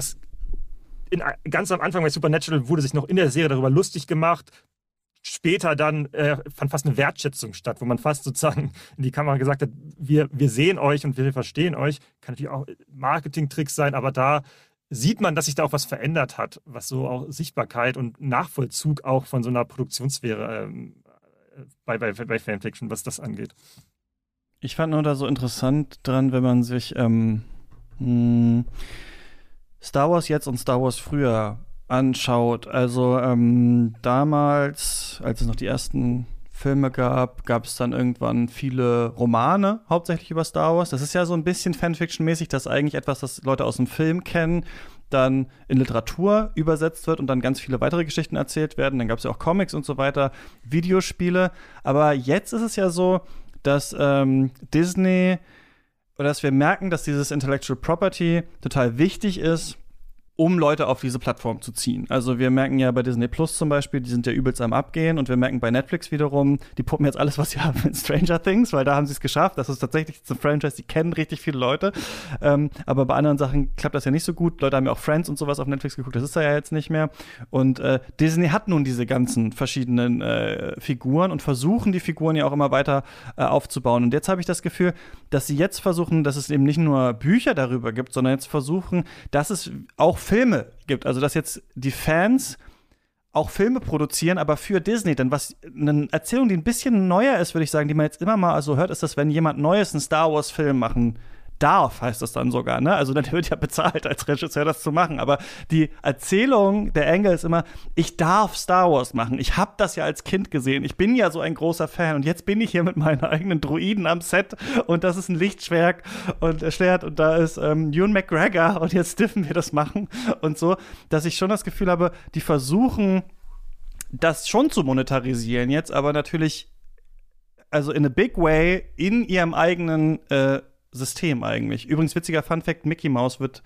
Ganz am Anfang bei Supernatural wurde sich noch in der Serie darüber lustig gemacht. Später dann fand fast eine Wertschätzung statt, wo man fast sozusagen in die Kamera gesagt hat, wir sehen euch und wir verstehen euch. Kann natürlich auch Marketingtricks sein, aber da sieht man, dass sich da auch was verändert hat, was so auch Sichtbarkeit und Nachvollzug auch von so einer Produktionssphäre bei Fanfiction, was das angeht. Ich fand nur da so interessant dran, wenn man sich Star Wars jetzt und Star Wars früher anschaut. Also damals, als es noch die ersten Filme gab es dann irgendwann viele Romane, hauptsächlich über Star Wars. Das ist ja so ein bisschen Fanfiction-mäßig, dass eigentlich etwas, das Leute aus dem Film kennen, dann in Literatur übersetzt wird und dann ganz viele weitere Geschichten erzählt werden. Dann gab es ja auch Comics und so weiter, Videospiele. Aber jetzt ist es ja so, dass Disney oder dass wir merken, dass dieses Intellectual Property total wichtig ist, um Leute auf diese Plattform zu ziehen. Also wir merken ja bei Disney Plus zum Beispiel, die sind ja übelst am Abgehen, und wir merken bei Netflix wiederum, die puppen jetzt alles, was sie haben, in Stranger Things, weil da haben sie es geschafft. Das ist tatsächlich ein Franchise, die kennen richtig viele Leute. Aber bei anderen Sachen klappt das ja nicht so gut. Leute haben ja auch Friends und sowas auf Netflix geguckt, das ist da ja jetzt nicht mehr. Und Disney hat nun diese ganzen verschiedenen Figuren und versuchen die Figuren ja auch immer weiter aufzubauen. Und jetzt habe ich das Gefühl, dass sie jetzt versuchen, dass es eben nicht nur Bücher darüber gibt, sondern jetzt versuchen, dass es auch Filme gibt. Also dass jetzt die Fans auch Filme produzieren, aber für Disney. Denn was eine Erzählung, die ein bisschen neuer ist, würde ich sagen, die man jetzt immer mal so hört, ist, dass wenn jemand Neues einen Star Wars-Film machen darf, heißt das dann sogar, ne? Also dann wird ja bezahlt als Regisseur, das zu machen. Aber die Erzählung, der Angle ist immer, ich darf Star Wars machen. Ich habe das ja als Kind gesehen. Ich bin ja so ein großer Fan. Und jetzt bin ich hier mit meinen eigenen Droiden am Set. Und das ist ein Lichtschwert und da ist Ewan McGregor. Und jetzt dürfen wir das machen. Und so, dass ich schon das Gefühl habe, die versuchen, das schon zu monetarisieren jetzt. Aber natürlich, also in a big way, in ihrem eigenen System eigentlich. Übrigens, witziger Funfact, Mickey Mouse wird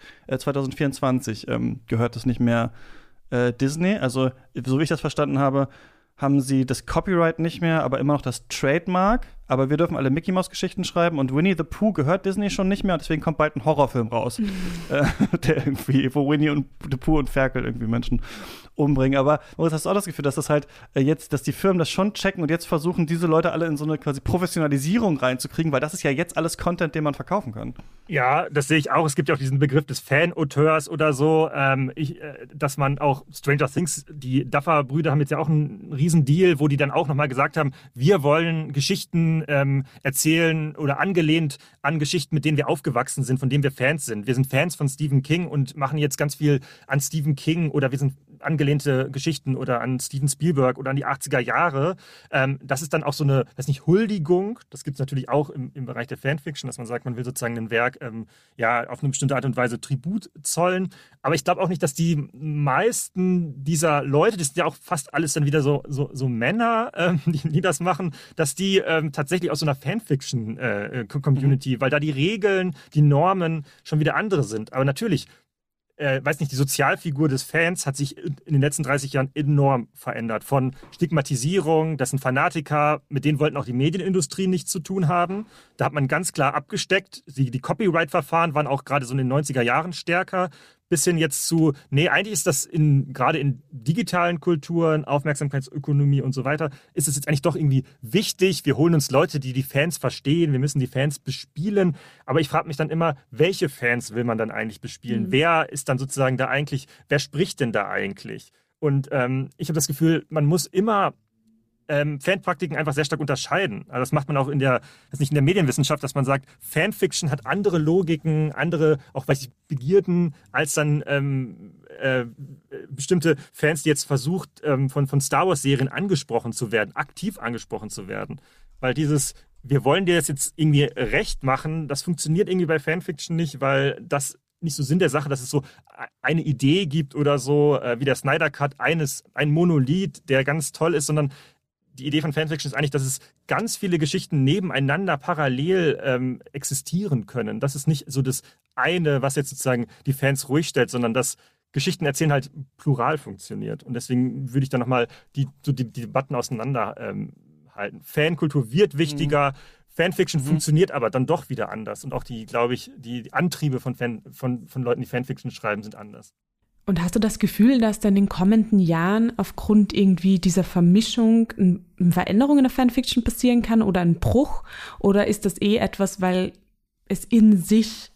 2024 gehört das nicht mehr Disney. Also, so wie ich das verstanden habe, haben sie das Copyright nicht mehr, aber immer noch das Trademark. Aber wir dürfen alle Mickey Mouse Geschichten schreiben, und Winnie the Pooh gehört Disney schon nicht mehr, und deswegen kommt bald ein Horrorfilm raus, der irgendwie, wo Winnie und the Pooh und Ferkel irgendwie Menschen umbringen. Aber hast du auch das Gefühl, dass das halt jetzt, dass die Firmen das schon checken und jetzt versuchen, diese Leute alle in so eine quasi Professionalisierung reinzukriegen, weil das ist ja jetzt alles Content, den man verkaufen kann. Ja, das sehe ich auch. Es gibt ja auch diesen Begriff des Fan-Auteurs oder so, dass man auch Stranger Things, die Duffer-Brüder haben jetzt ja auch einen riesen Deal, wo die dann auch nochmal gesagt haben, wir wollen Geschichten erzählen oder angelehnt an Geschichten, mit denen wir aufgewachsen sind, von denen wir Fans sind. Wir sind Fans von Stephen King und machen jetzt ganz viel an Stephen King, oder wir sind angelehnte Geschichten oder an Steven Spielberg oder an die 80er Jahre. Das ist dann auch so eine, das ist nicht Huldigung, das gibt es natürlich auch im Bereich der Fanfiction, dass man sagt, man will sozusagen ein Werk auf eine bestimmte Art und Weise Tribut zollen. Aber ich glaube auch nicht, dass die meisten dieser Leute, das sind ja auch fast alles dann wieder so Männer, die das machen, dass die tatsächlich aus so einer Fanfiction-Community, weil da die Regeln, die Normen schon wieder andere sind. Aber natürlich, die Sozialfigur des Fans hat sich in den letzten 30 Jahren enorm verändert. Von Stigmatisierung, das sind Fanatiker, mit denen wollten auch die Medienindustrie nichts zu tun haben. Da hat man ganz klar abgesteckt. Die Copyright-Verfahren waren auch gerade so in den 90er Jahren stärker. Bis hin jetzt zu, eigentlich ist das gerade in digitalen Kulturen, Aufmerksamkeitsökonomie und so weiter, ist es jetzt eigentlich doch irgendwie wichtig. Wir holen uns Leute, die Fans verstehen. Wir müssen die Fans bespielen. Aber ich frage mich dann immer, welche Fans will man dann eigentlich bespielen? Wer ist dann sozusagen da eigentlich, wer spricht denn da eigentlich? Und ich habe das Gefühl, man muss immer Fanpraktiken einfach sehr stark unterscheiden. Also das macht man auch in der Medienwissenschaft, dass man sagt, Fanfiction hat andere Logiken, andere, auch Begierden, als dann bestimmte Fans, die jetzt versucht, von Star Wars-Serien angesprochen zu werden, aktiv angesprochen zu werden. Weil wir wollen dir das jetzt irgendwie recht machen, das funktioniert irgendwie bei Fanfiction nicht, weil das nicht so Sinn der Sache, dass es so eine Idee gibt oder so, wie der Snyder Cut, ein Monolith, der ganz toll ist, sondern die Idee von Fanfiction ist eigentlich, dass es ganz viele Geschichten nebeneinander parallel existieren können. Das ist nicht so das eine, was jetzt sozusagen die Fans ruhig stellt, sondern dass Geschichten erzählen halt plural funktioniert. Und deswegen würde ich dann nochmal die Debatten auseinanderhalten. Fankultur wird wichtiger, Fanfiction funktioniert aber dann doch wieder anders. Und auch die Antriebe von Leuten, die Fanfiction schreiben, sind anders. Und hast du das Gefühl, dass dann in den kommenden Jahren aufgrund irgendwie dieser Vermischung eine Veränderung in der Fanfiction passieren kann oder ein Bruch? Oder ist das etwas, weil es in sich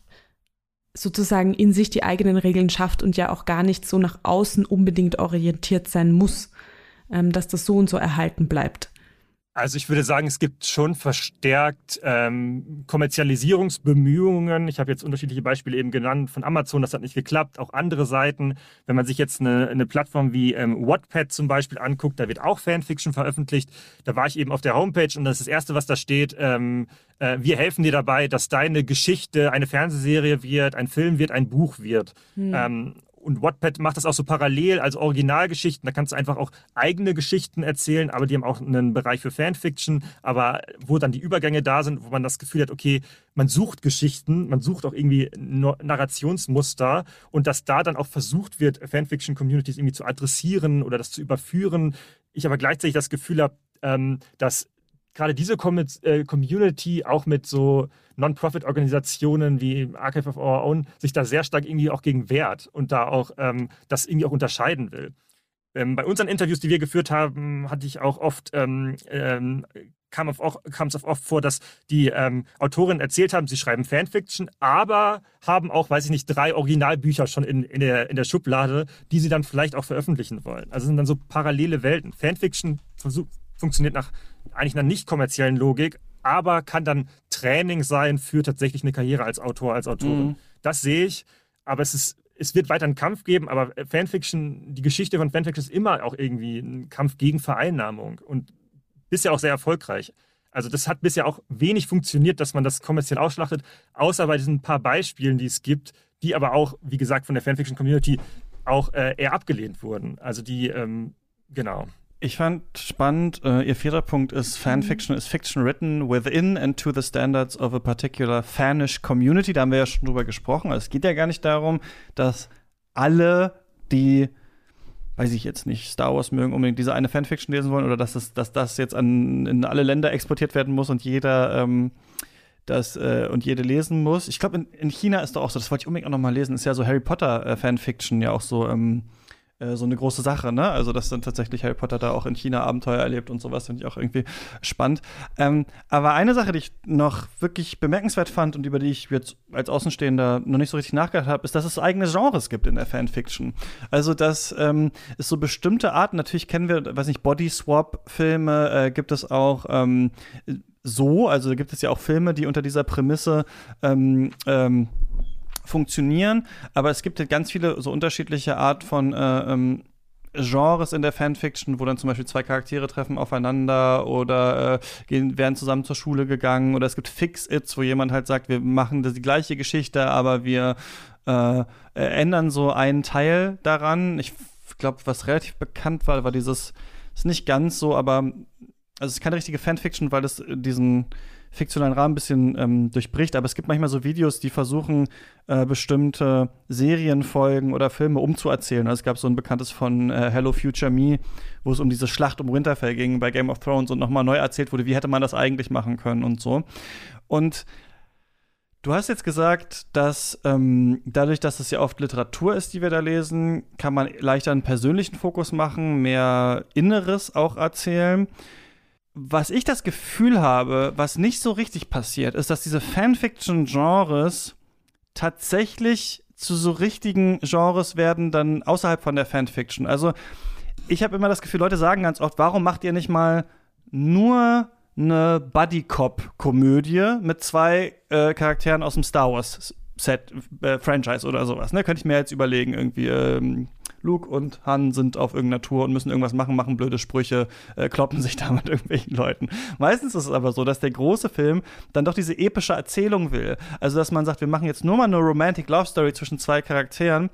die eigenen Regeln schafft und ja auch gar nicht so nach außen unbedingt orientiert sein muss, dass das so und so erhalten bleibt? Also ich würde sagen, es gibt schon verstärkt Kommerzialisierungsbemühungen. Ich habe jetzt unterschiedliche Beispiele eben genannt von Amazon, das hat nicht geklappt, auch andere Seiten. Wenn man sich jetzt eine Plattform wie Wattpad zum Beispiel anguckt, da wird auch Fanfiction veröffentlicht. Da war ich eben auf der Homepage und das ist das Erste, was da steht, wir helfen dir dabei, dass deine Geschichte eine Fernsehserie wird, ein Film wird, ein Buch wird. Und Wattpad macht das auch so parallel als Originalgeschichten. Da kannst du einfach auch eigene Geschichten erzählen, aber die haben auch einen Bereich für Fanfiction, aber wo dann die Übergänge da sind, wo man das Gefühl hat, okay, man sucht Geschichten, man sucht auch irgendwie Narrationsmuster und dass da dann auch versucht wird, Fanfiction-Communities irgendwie zu adressieren oder das zu überführen. Ich aber gleichzeitig das Gefühl habe, dass gerade diese Community auch mit so Non-Profit-Organisationen wie Archive of Our Own sich da sehr stark irgendwie auch gegen wehrt und da auch das irgendwie auch unterscheiden will. Bei unseren Interviews, die wir geführt haben, hatte ich auch oft, kam es oft vor, dass die Autorinnen erzählt haben, sie schreiben Fanfiction, aber haben auch, weiß ich nicht, 3 Originalbücher schon in der Schublade, die sie dann vielleicht auch veröffentlichen wollen. Also es sind dann so parallele Welten. Fanfiction funktioniert nach eigentlich einer nicht kommerziellen Logik, aber kann dann Training sein für tatsächlich eine Karriere als Autor, als Autorin. Das sehe ich, aber es wird weiter einen Kampf geben, aber Fanfiction, die Geschichte von Fanfiction ist immer auch irgendwie ein Kampf gegen Vereinnahmung und bisher auch sehr erfolgreich. Also das hat bisher auch wenig funktioniert, dass man das kommerziell ausschlachtet, außer bei diesen paar Beispielen, die es gibt, die aber auch, wie gesagt, von der Fanfiction-Community auch eher abgelehnt wurden. Also die, genau. Ich fand spannend, ihr 4. Punkt ist, Fanfiction is fiction written within and to the standards of a particular fanish community. Da haben wir ja schon drüber gesprochen. Also es geht ja gar nicht darum, dass alle, die, weiß ich jetzt nicht, Star Wars mögen, unbedingt diese eine Fanfiction lesen wollen oder dass das jetzt in alle Länder exportiert werden muss und jeder und jede lesen muss. Ich glaube, in China ist doch auch so, das wollte ich unbedingt auch noch mal lesen, ist ja so Harry Potter Fanfiction ja auch so so eine große Sache, ne? Also, dass dann tatsächlich Harry Potter da auch in China Abenteuer erlebt und sowas, finde ich auch irgendwie spannend. Aber eine Sache, die ich noch wirklich bemerkenswert fand und über die ich jetzt als Außenstehender noch nicht so richtig nachgedacht habe, ist, dass es eigene Genres gibt in der Fanfiction. Also, dass es so bestimmte Arten, natürlich kennen wir, weiß nicht, Body-Swap-Filme, gibt es auch also gibt es ja auch Filme, die unter dieser Prämisse funktionieren, aber es gibt ganz viele so unterschiedliche Art von Genres in der Fanfiction, wo dann zum Beispiel 2 Charaktere treffen aufeinander oder werden zusammen zur Schule gegangen oder es gibt Fix-Its, wo jemand halt sagt, wir machen die gleiche Geschichte, aber wir ändern so einen Teil daran. Ich glaube, was relativ bekannt war dieses, ist nicht ganz so, aber also es ist keine richtige Fanfiction, weil es diesen fiktionalen Rahmen ein bisschen durchbricht, aber es gibt manchmal so Videos, die versuchen, bestimmte Serienfolgen oder Filme umzuerzählen. Also es gab so ein bekanntes von Hello Future Me, wo es um diese Schlacht um Winterfell ging bei Game of Thrones und nochmal neu erzählt wurde, wie hätte man das eigentlich machen können und so. Und du hast jetzt gesagt, dass dadurch, dass es ja oft Literatur ist, die wir da lesen, kann man leichter einen persönlichen Fokus machen, mehr Inneres auch erzählen. Was ich das Gefühl habe, was nicht so richtig passiert, ist, dass diese Fanfiction-Genres tatsächlich zu so richtigen Genres werden, dann außerhalb von der Fanfiction. Also ich habe immer das Gefühl, Leute sagen ganz oft, warum macht ihr nicht mal nur eine Buddy-Cop-Komödie mit 2 Charakteren aus dem Star Wars-Franchise oder sowas. Ne? Könnte ich mir jetzt überlegen, irgendwie Luke und Han sind auf irgendeiner Tour und müssen irgendwas machen blöde Sprüche, kloppen sich da mit irgendwelchen Leuten. Meistens ist es aber so, dass der große Film dann doch diese epische Erzählung will. Also, dass man sagt, wir machen jetzt nur mal eine Romantic Love Story zwischen 2 Charakteren.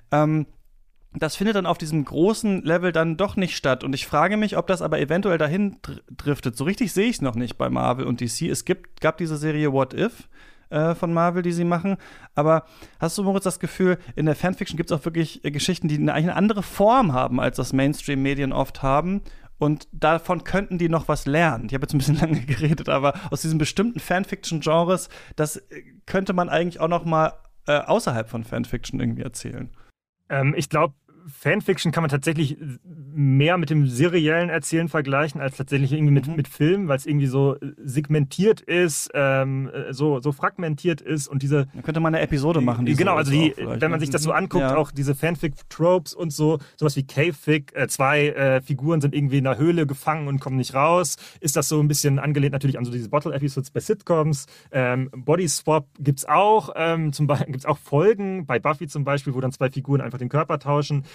Das findet dann auf diesem großen Level dann doch nicht statt. Und ich frage mich, ob das aber eventuell dahin driftet. So richtig sehe ich es noch nicht bei Marvel und DC. Es gab diese Serie What If von Marvel, die sie machen. Aber hast du, Moritz, das Gefühl, in der Fanfiction gibt es auch wirklich Geschichten, die eigentlich eine andere Form haben, als das Mainstream-Medien oft haben? Und davon könnten die noch was lernen. Ich habe jetzt ein bisschen lange geredet, aber aus diesen bestimmten Fanfiction-Genres, das könnte man eigentlich auch noch mal außerhalb von Fanfiction irgendwie erzählen. Ich glaube, Fanfiction kann man tatsächlich mehr mit dem seriellen Erzählen vergleichen, als tatsächlich irgendwie mit Film, weil es irgendwie so segmentiert ist, so fragmentiert ist und diese... Man könnte mal eine Episode machen. Genau, also wenn man sich das so anguckt, auch diese Fanfic-Tropes und so, sowas wie Cavefic, zwei Figuren sind irgendwie in einer Höhle gefangen und kommen nicht raus, ist das so ein bisschen angelehnt natürlich an so diese Bottle-Episodes bei Sitcoms. Body Swap gibt's auch, gibt's auch Folgen, bei Buffy zum Beispiel, wo dann zwei Figuren einfach den Körper tauschen.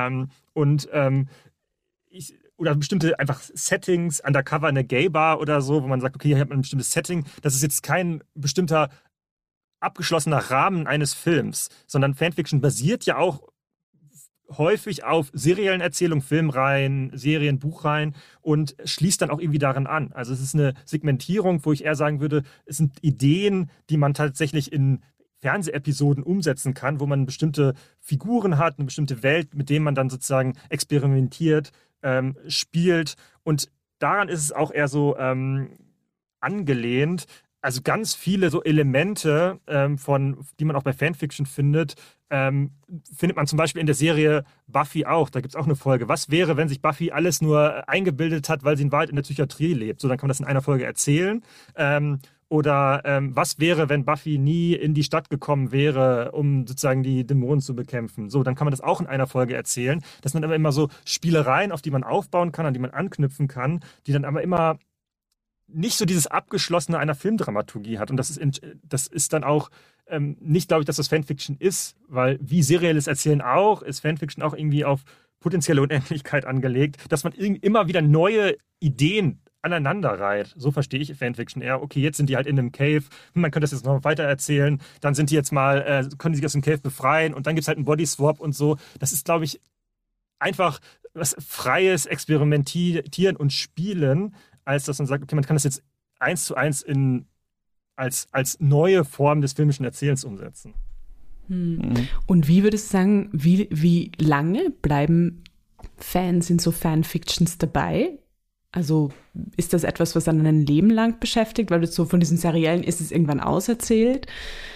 Oder bestimmte einfach Settings, Undercover in der Gay-Bar oder so, wo man sagt, okay, hier hat man ein bestimmtes Setting. Das ist jetzt kein bestimmter abgeschlossener Rahmen eines Films, sondern Fanfiction basiert ja auch häufig auf seriellen Erzählungen, Filmreihen, Serien, Buchreihen und schließt dann auch irgendwie daran an. Also es ist eine Segmentierung, wo ich eher sagen würde, es sind Ideen, die man tatsächlich in Fernsehepisoden umsetzen kann, wo man bestimmte Figuren hat, eine bestimmte Welt, mit denen man dann sozusagen experimentiert, spielt. Und daran ist es auch eher so angelehnt. Also ganz viele so Elemente, die man auch bei Fanfiction findet, findet man zum Beispiel in der Serie Buffy auch. Da gibt es auch eine Folge. Was wäre, wenn sich Buffy alles nur eingebildet hat, weil sie in Wahrheit in der Psychiatrie lebt? So, dann kann man das in einer Folge erzählen. Oder was wäre, wenn Buffy nie in die Stadt gekommen wäre, um sozusagen die Dämonen zu bekämpfen? So, dann kann man das auch in einer Folge erzählen. Das sind aber immer so Spielereien, auf die man aufbauen kann, an die man anknüpfen kann, die dann aber immer nicht so dieses Abgeschlossene einer Filmdramaturgie hat. Und das ist dann auch nicht, glaube ich, dass das Fanfiction ist, weil wie serielles Erzählen auch, ist Fanfiction auch irgendwie auf potenzielle Unendlichkeit angelegt, dass man immer wieder neue Ideen aneinander reiht. So verstehe ich Fanfiction eher. Okay, jetzt sind die halt in einem Cave, man könnte das jetzt noch weiter erzählen, dann sind die jetzt mal, können die sich aus dem Cave befreien und dann gibt es halt einen Bodyswap und so. Das ist, glaube ich, einfach was freies Experimentieren und Spielen, als dass man sagt, okay, man kann das jetzt 1:1 als neue Form des filmischen Erzählens umsetzen. Und wie würdest du sagen, wie lange bleiben Fans in so Fanfictions dabei? Also ist das etwas, was dann ein Leben lang beschäftigt? Weil du so von diesen Seriellen ist es irgendwann auserzählt?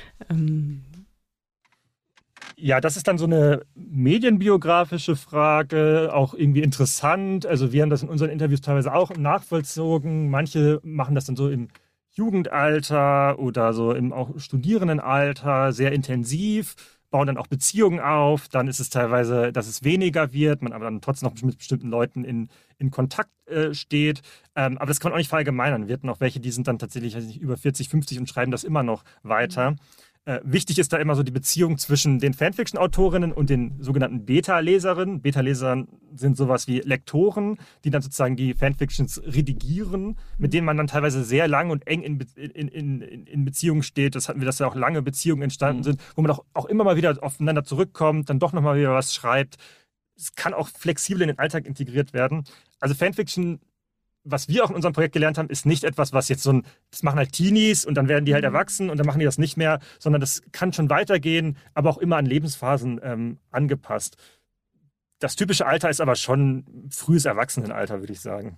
Ja, das ist dann so eine medienbiografische Frage, auch irgendwie interessant. Also wir haben das in unseren Interviews teilweise auch nachvollzogen. Manche machen das dann so im Jugendalter oder so im auch Studierendenalter sehr intensiv, bauen dann auch Beziehungen auf. Dann ist es teilweise, dass es weniger wird, man aber dann trotzdem noch mit bestimmten Leuten in Kontakt steht. Aber das kann man auch nicht verallgemeinern. Wir hatten auch welche, die sind dann tatsächlich über 40, 50 und schreiben das immer noch weiter. Wichtig ist da immer so die Beziehung zwischen den Fanfiction-Autorinnen und den sogenannten Beta-Leserinnen. Beta-Leser sind sowas wie Lektoren, die dann sozusagen die Fanfictions redigieren, mit denen man dann teilweise sehr lang und eng in Beziehung steht. Das hatten wir, dass ja auch lange Beziehungen entstanden sind, wo man auch immer mal wieder aufeinander zurückkommt, dann doch nochmal wieder was schreibt. Es kann auch flexibel in den Alltag integriert werden. Also Fanfiction, was wir auch in unserem Projekt gelernt haben, ist nicht etwas, was jetzt das machen halt Teenies und dann werden die halt erwachsen und dann machen die das nicht mehr, sondern das kann schon weitergehen, aber auch immer an Lebensphasen angepasst. Das typische Alter ist aber schon frühes Erwachsenenalter, würde ich sagen.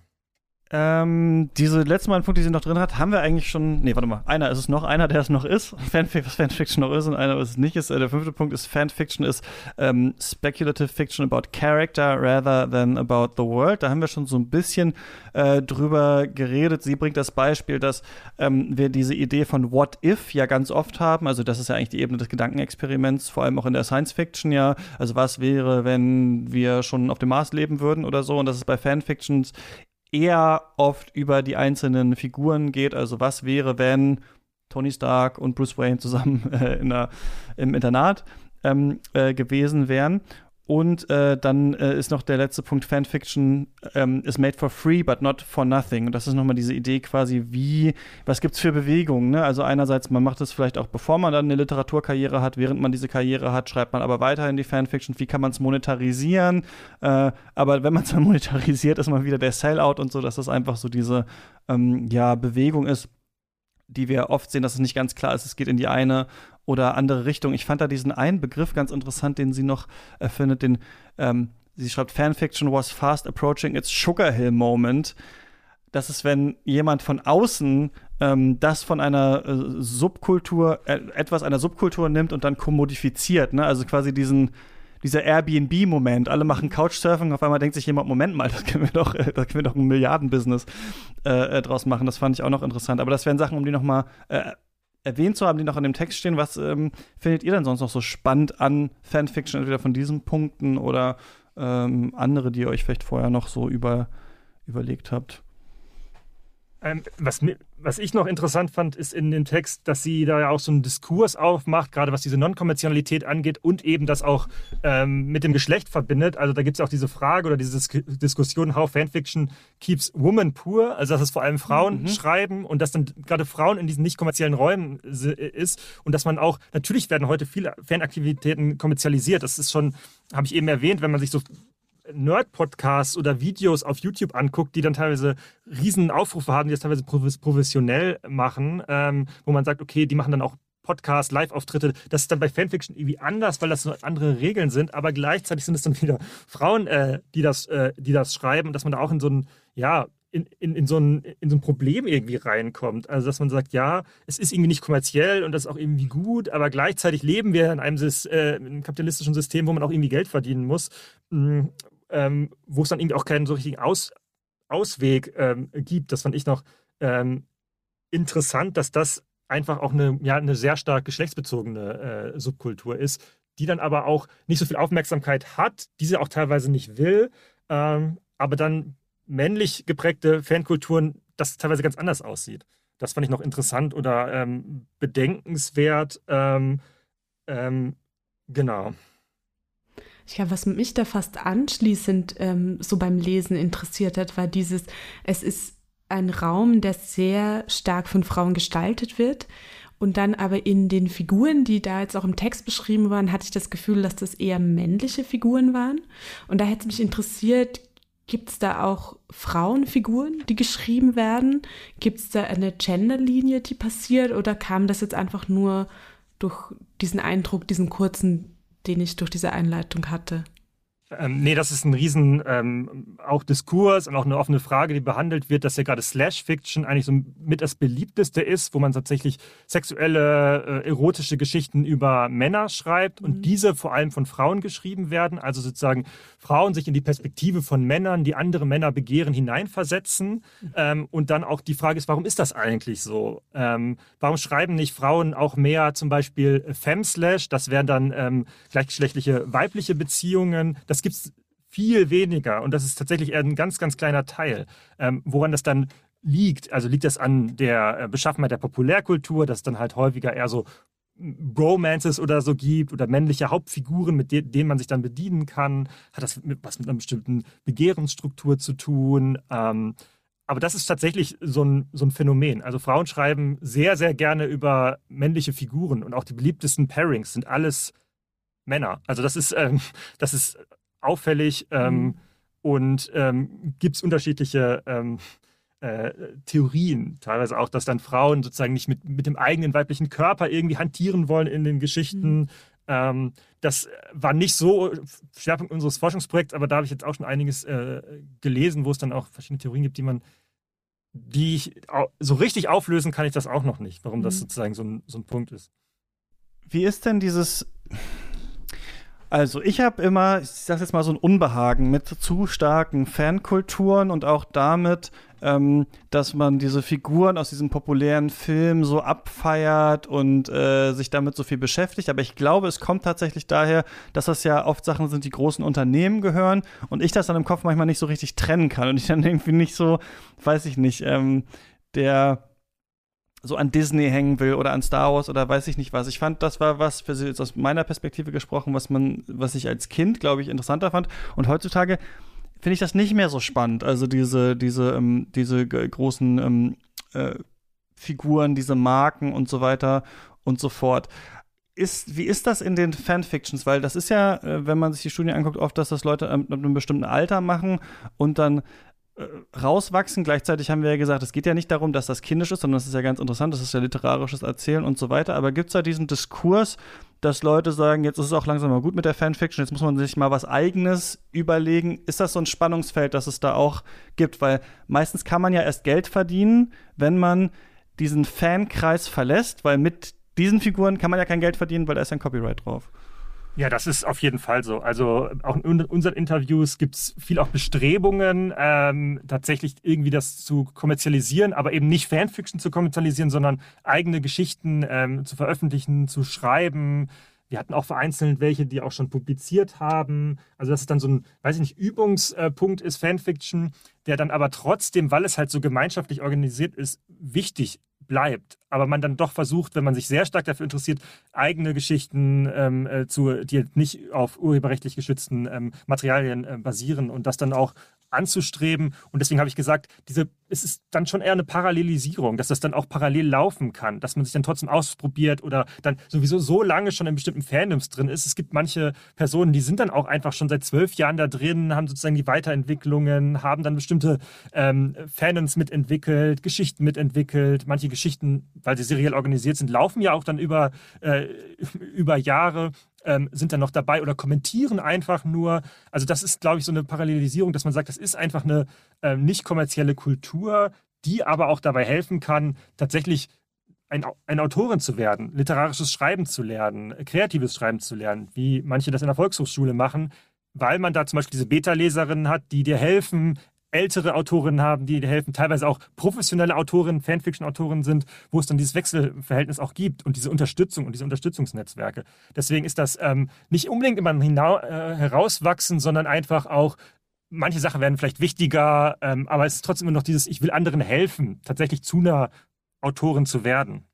Diese letzten beiden Punkte, die sie noch drin hat, haben wir eigentlich schon. Nee, warte mal. Einer ist es noch, einer, der es noch ist. Fanfiction noch ist und einer, was es nicht ist. Der 5. Punkt ist, Fanfiction ist speculative fiction about character rather than about the world. Da haben wir schon so ein bisschen drüber geredet. Sie bringt das Beispiel, dass wir diese Idee von What If ja ganz oft haben. Also das ist ja eigentlich die Ebene des Gedankenexperiments, vor allem auch in der Science Fiction ja. Also was wäre, wenn wir schon auf dem Mars leben würden oder so. Und das ist bei Fanfictions eher oft über die einzelnen Figuren geht. Also was wäre, wenn Tony Stark und Bruce Wayne zusammen im Internat gewesen wären. Und dann ist noch der letzte Punkt, Fanfiction is made for free, but not for nothing. Und das ist nochmal diese Idee quasi, was gibt's für Bewegungen, ne? Also einerseits, man macht es vielleicht auch, bevor man dann eine Literaturkarriere hat, während man diese Karriere hat, schreibt man aber weiterhin die Fanfiction, wie kann man es monetarisieren? Aber wenn man es dann monetarisiert, ist man wieder der Sellout und so, dass das einfach so diese Bewegung ist, die wir oft sehen, dass es nicht ganz klar ist, es geht in die eine oder andere Richtung. Ich fand da diesen einen Begriff ganz interessant, den sie noch erfindet, sie schreibt, Fanfiction was fast approaching its Sugar Hill Moment. Das ist, wenn jemand von außen das von einer Subkultur, etwas einer Subkultur nimmt und dann kommodifiziert, ne? Also quasi dieser Airbnb-Moment. Alle machen Couchsurfing, auf einmal denkt sich jemand, Moment mal, da können wir doch ein Milliardenbusiness draus machen. Das fand ich auch noch interessant. Aber das wären Sachen, um die noch mal erwähnt zu haben, die noch in dem Text stehen. Was findet ihr denn sonst noch so spannend an Fanfiction, entweder von diesen Punkten oder andere, die ihr euch vielleicht vorher noch so überlegt habt? Was ich noch interessant fand, ist in dem Text, dass sie da ja auch so einen Diskurs aufmacht, gerade was diese Non-Kommerzialität angeht und eben das auch mit dem Geschlecht verbindet. Also da gibt es ja auch diese Frage oder diese Diskussion, how Fanfiction keeps women poor, also dass es vor allem Frauen schreiben und dass dann gerade Frauen in diesen nicht kommerziellen Räumen ist und dass man auch, natürlich werden heute viele Fanaktivitäten kommerzialisiert. Das ist schon, habe ich eben erwähnt, wenn man sich so Nerd-Podcasts oder Videos auf YouTube anguckt, die dann teilweise riesen Aufrufe haben, die das teilweise professionell machen, wo man sagt, okay, die machen dann auch Podcasts, Live-Auftritte. Das ist dann bei Fanfiction irgendwie anders, weil das so andere Regeln sind, aber gleichzeitig sind es dann wieder Frauen, die das schreiben und dass man da auch in so ein, ja, in so ein Problem irgendwie reinkommt. Also, dass man sagt, ja, es ist irgendwie nicht kommerziell und das ist auch irgendwie gut, aber gleichzeitig leben wir in einem kapitalistischen System, wo man auch irgendwie Geld verdienen muss, wo es dann irgendwie auch keinen so richtigen Ausweg gibt. Das fand ich noch interessant, dass das einfach auch eine sehr stark geschlechtsbezogene Subkultur ist, die dann aber auch nicht so viel Aufmerksamkeit hat, die sie auch teilweise nicht will, aber dann männlich geprägte Fankulturen, das teilweise ganz anders aussieht. Das fand ich noch interessant oder bedenkenswert. Genau. Ich glaube, was mich da fast anschließend so beim Lesen interessiert hat, war es ist ein Raum, der sehr stark von Frauen gestaltet wird. Und dann aber in den Figuren, die da jetzt auch im Text beschrieben waren, hatte ich das Gefühl, dass das eher männliche Figuren waren. Und da hätte es mich interessiert, gibt es da auch Frauenfiguren, die geschrieben werden? Gibt es da eine Genderlinie, die passiert? Oder kam das jetzt einfach nur durch diesen Eindruck, diesen kurzen, den ich durch diese Einleitung hatte? Nee, das ist ein riesen auch Diskurs und auch eine offene Frage, die behandelt wird, dass ja gerade Slash-Fiction eigentlich so mit das beliebteste ist, wo man tatsächlich sexuelle, erotische Geschichten über Männer schreibt und diese vor allem von Frauen geschrieben werden, also sozusagen Frauen sich in die Perspektive von Männern, die andere Männer begehren, hineinversetzen und dann auch die Frage ist, warum ist das eigentlich so? Warum schreiben nicht Frauen auch mehr zum Beispiel Fem-Slash, das wären dann gleichgeschlechtliche weibliche Beziehungen, das gibt es viel weniger und das ist tatsächlich eher ein ganz, ganz kleiner Teil. Woran das dann liegt, also liegt das an der Beschaffenheit der Populärkultur, dass es dann halt häufiger eher so Bromances oder so gibt oder männliche Hauptfiguren, mit denen man sich dann bedienen kann. Hat das was mit einer bestimmten Begehrensstruktur zu tun? Aber das ist tatsächlich so ein Phänomen. Also Frauen schreiben sehr, sehr gerne über männliche Figuren und auch die beliebtesten Pairings sind alles Männer. Also das ist auffällig und gibt es unterschiedliche Theorien, teilweise auch, dass dann Frauen sozusagen nicht mit dem eigenen weiblichen Körper irgendwie hantieren wollen in den Geschichten. Das war nicht so Schwerpunkt unseres Forschungsprojekts, aber da habe ich jetzt auch schon einiges gelesen, wo es dann auch verschiedene Theorien gibt, die ich so richtig auflösen kann ich das auch noch nicht, warum das sozusagen so ein Punkt ist. Wie ist denn dieses... Also ich habe immer, ich sag jetzt mal, so ein Unbehagen mit zu starken Fankulturen und auch damit, dass man diese Figuren aus diesem populären Film so abfeiert und sich damit so viel beschäftigt. Aber ich glaube, es kommt tatsächlich daher, dass das ja oft Sachen sind, die großen Unternehmen gehören und ich das dann im Kopf manchmal nicht so richtig trennen kann und ich dann irgendwie nicht so, weiß ich nicht, der so an Disney hängen will oder an Star Wars oder weiß ich nicht was. Ich fand, das war was, für jetzt aus meiner Perspektive gesprochen, was ich als Kind, glaube ich, interessanter fand. Und heutzutage finde ich das nicht mehr so spannend. Also diese großen Figuren, diese Marken und so weiter und so fort. Wie ist das in den Fanfictions? Weil das ist ja, wenn man sich die Studien anguckt, oft, dass das Leute mit einem bestimmten Alter machen und dann rauswachsen. Gleichzeitig haben wir ja gesagt, es geht ja nicht darum, dass das kindisch ist, sondern das ist ja ganz interessant, das ist ja literarisches Erzählen und so weiter. Aber gibt es da diesen Diskurs, dass Leute sagen, jetzt ist es auch langsam mal gut mit der Fanfiction, jetzt muss man sich mal was Eigenes überlegen. Ist das so ein Spannungsfeld, das es da auch gibt? Weil meistens kann man ja erst Geld verdienen, wenn man diesen Fankreis verlässt, weil mit diesen Figuren kann man ja kein Geld verdienen, weil da ist ja ein Copyright drauf. Ja, das ist auf jeden Fall so. Also auch in unseren Interviews gibt es viel auch Bestrebungen, tatsächlich irgendwie das zu kommerzialisieren, aber eben nicht Fanfiction zu kommerzialisieren, sondern eigene Geschichten zu veröffentlichen, zu schreiben. Wir hatten auch vereinzelt welche, die auch schon publiziert haben. Also dass es dann so ein, weiß ich nicht, Übungspunkt ist, Fanfiction, der dann aber trotzdem, weil es halt so gemeinschaftlich organisiert ist, wichtig bleibt. Aber man dann doch versucht, wenn man sich sehr stark dafür interessiert, eigene Geschichten die nicht auf urheberrechtlich geschützten Materialien basieren und das dann auch anzustreben. Und deswegen habe ich gesagt, es ist dann schon eher eine Parallelisierung, dass das dann auch parallel laufen kann, dass man sich dann trotzdem ausprobiert oder dann sowieso so lange schon in bestimmten Fandoms drin ist. Es gibt manche Personen, die sind dann auch einfach schon seit 12 Jahren da drin, haben sozusagen die Weiterentwicklungen, haben dann bestimmte Fandoms mitentwickelt, Geschichten mitentwickelt. Manche Geschichten, weil sie seriell organisiert sind, laufen ja auch dann über Jahre. Sind dann noch dabei oder kommentieren einfach nur. Also das ist, glaube ich, so eine Parallelisierung, dass man sagt, das ist einfach eine nicht kommerzielle Kultur, die aber auch dabei helfen kann, tatsächlich eine Autorin zu werden, literarisches Schreiben zu lernen, kreatives Schreiben zu lernen, wie manche das in der Volkshochschule machen, weil man da zum Beispiel diese Beta-Leserinnen hat, die dir helfen, ältere Autorinnen haben, die helfen, teilweise auch professionelle Autorinnen, Fanfiction-Autorinnen sind, wo es dann dieses Wechselverhältnis auch gibt und diese Unterstützung und diese Unterstützungsnetzwerke. Deswegen ist das nicht unbedingt immer herauswachsen, sondern einfach auch, manche Sachen werden vielleicht wichtiger, aber es ist trotzdem immer noch dieses, ich will anderen helfen, tatsächlich zu einer Autorin zu werden.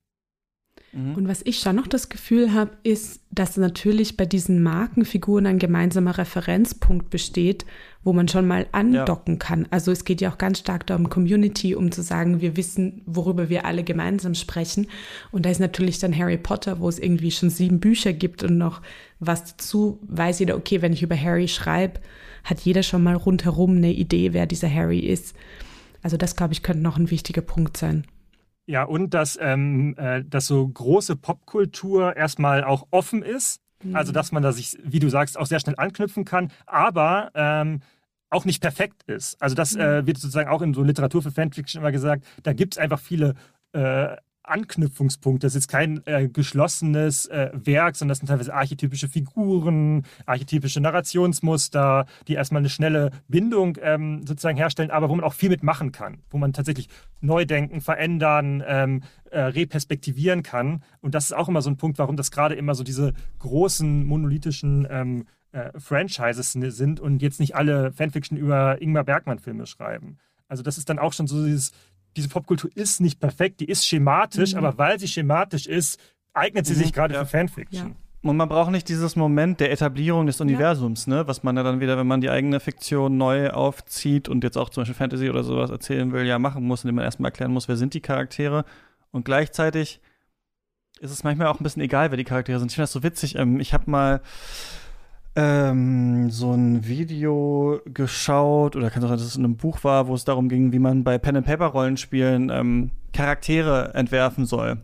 Und was ich schon noch das Gefühl habe, ist, dass natürlich bei diesen Markenfiguren ein gemeinsamer Referenzpunkt besteht, wo man schon mal andocken kann. Also es geht ja auch ganz stark da um Community, um zu sagen, wir wissen, worüber wir alle gemeinsam sprechen. Und da ist natürlich dann Harry Potter, wo es irgendwie schon 7 Bücher gibt und noch was dazu, weiß jeder, okay, wenn ich über Harry schreibe, hat jeder schon mal rundherum eine Idee, wer dieser Harry ist. Also das, glaube ich, könnte noch ein wichtiger Punkt sein. Ja, und dass so große Popkultur erstmal auch offen ist. Also, dass man da sich, wie du sagst, auch sehr schnell anknüpfen kann, aber auch nicht perfekt ist. Also, das wird sozusagen auch in so Literatur für Fanfiction immer gesagt, da gibt es einfach viele Anknüpfungspunkte. Das ist jetzt kein geschlossenes Werk, sondern das sind teilweise archetypische Figuren, archetypische Narrationsmuster, die erstmal eine schnelle Bindung sozusagen herstellen, aber wo man auch viel mitmachen kann, wo man tatsächlich neu denken, verändern, reperspektivieren kann. Und das ist auch immer so ein Punkt, warum das gerade immer so diese großen, monolithischen Franchises sind und jetzt nicht alle Fanfiction über Ingmar Bergman-Filme schreiben. Also das ist dann auch schon so diese Popkultur ist nicht perfekt, die ist schematisch, aber weil sie schematisch ist, eignet sie sich gerade für Fanfiction. Ja. Und man braucht nicht dieses Moment der Etablierung des Universums, ne? Was man ja dann wieder, wenn man die eigene Fiktion neu aufzieht und jetzt auch zum Beispiel Fantasy oder sowas erzählen will, ja machen muss, indem man erstmal erklären muss, wer sind die Charaktere. Und gleichzeitig ist es manchmal auch ein bisschen egal, wer die Charaktere sind. Ich finde das so witzig. Ich habe mal so ein Video geschaut, oder kann auch sein, dass es in einem Buch war, wo es darum ging, wie man bei Pen-and-Paper-Rollenspielen Charaktere entwerfen soll.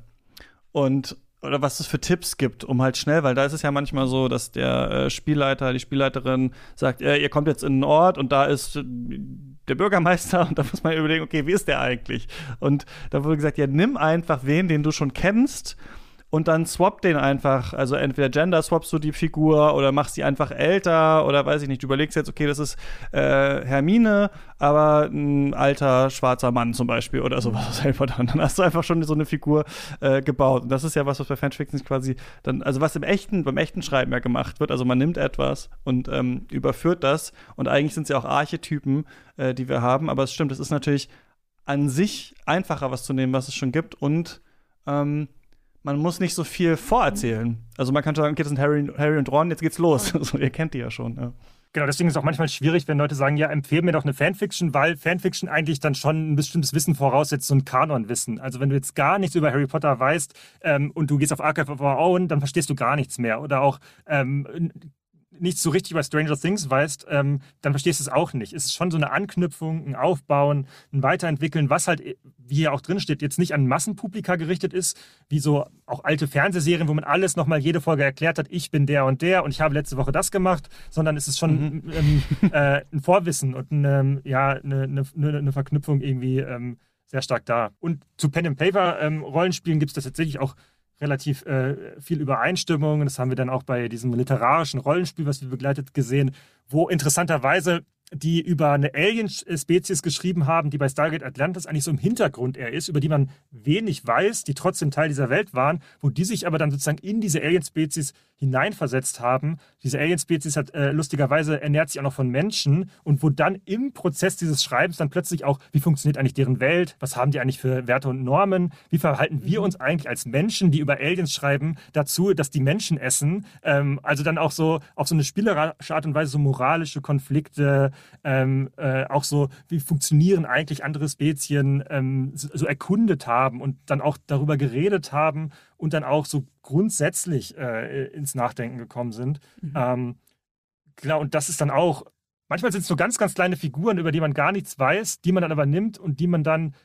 Oder was es für Tipps gibt, um halt schnell, weil da ist es ja manchmal so, dass der Spielleiter, die Spielleiterin sagt, ihr kommt jetzt in einen Ort und da ist der Bürgermeister und da muss man überlegen, okay, wie ist der eigentlich? Und da wurde gesagt, ja, nimm einfach wen, den du schon kennst, und dann swap den einfach, also entweder gender-swappst du die Figur oder machst sie einfach älter oder weiß ich nicht, du überlegst jetzt, okay, das ist Hermine, aber ein alter schwarzer Mann zum Beispiel oder sowas. Dann hast du einfach schon so eine Figur gebaut. Und das ist ja was bei Fanfiction quasi dann, also was beim echten Schreiben ja gemacht wird. Also man nimmt etwas und überführt das und eigentlich sind es ja auch Archetypen, die wir haben, aber es stimmt, es ist natürlich an sich einfacher, was zu nehmen, was es schon gibt und man muss nicht so viel vorerzählen. Also man kann schon sagen, okay, das sind Harry und Ron, jetzt geht's los. Also, ihr kennt die ja schon. Ja. Genau, deswegen ist es auch manchmal schwierig, wenn Leute sagen, ja, empfehle mir doch eine Fanfiction, weil Fanfiction eigentlich dann schon ein bestimmtes Wissen voraussetzt, so ein Kanonwissen. Also wenn du jetzt gar nichts über Harry Potter weißt und du gehst auf Archive of Our Own, dann verstehst du gar nichts mehr. Oder auch nichts so richtig über Stranger Things weißt, dann verstehst du es auch nicht. Es ist schon so eine Anknüpfung, ein Aufbauen, ein Weiterentwickeln, was halt, wie hier auch drin steht, jetzt nicht an Massenpublika gerichtet ist, wie so auch alte Fernsehserien, wo man alles nochmal jede Folge erklärt hat, ich bin der und ich habe letzte Woche das gemacht, sondern es ist schon ein Vorwissen und eine Verknüpfung irgendwie sehr stark da. Und zu Pen-and-Paper-Rollenspielen gibt es das tatsächlich auch relativ viel Übereinstimmung. Das haben wir dann auch bei diesem literarischen Rollenspiel, was wir begleitet gesehen, wo interessanterweise die über eine Alien-Spezies geschrieben haben, die bei Stargate Atlantis eigentlich so im Hintergrund eher ist, über die man wenig weiß, die trotzdem Teil dieser Welt waren, wo die sich aber dann sozusagen in diese Alien-Spezies hineinversetzt haben. Diese Alien-Spezies hat lustigerweise ernährt sich auch noch von Menschen und wo dann im Prozess dieses Schreibens dann plötzlich auch, wie funktioniert eigentlich deren Welt, was haben die eigentlich für Werte und Normen, wie verhalten wir uns eigentlich als Menschen, die über Aliens schreiben, dazu, dass die Menschen essen. Also dann auch so auf so eine spielerische Art und Weise so moralische Konflikte, auch so, wie funktionieren eigentlich andere Spezien, so erkundet haben und dann auch darüber geredet haben und dann auch so grundsätzlich ins Nachdenken gekommen sind. Genau, und das ist dann auch, manchmal sind es so ganz, ganz kleine Figuren, über die man gar nichts weiß, die man dann aber nimmt und die man dann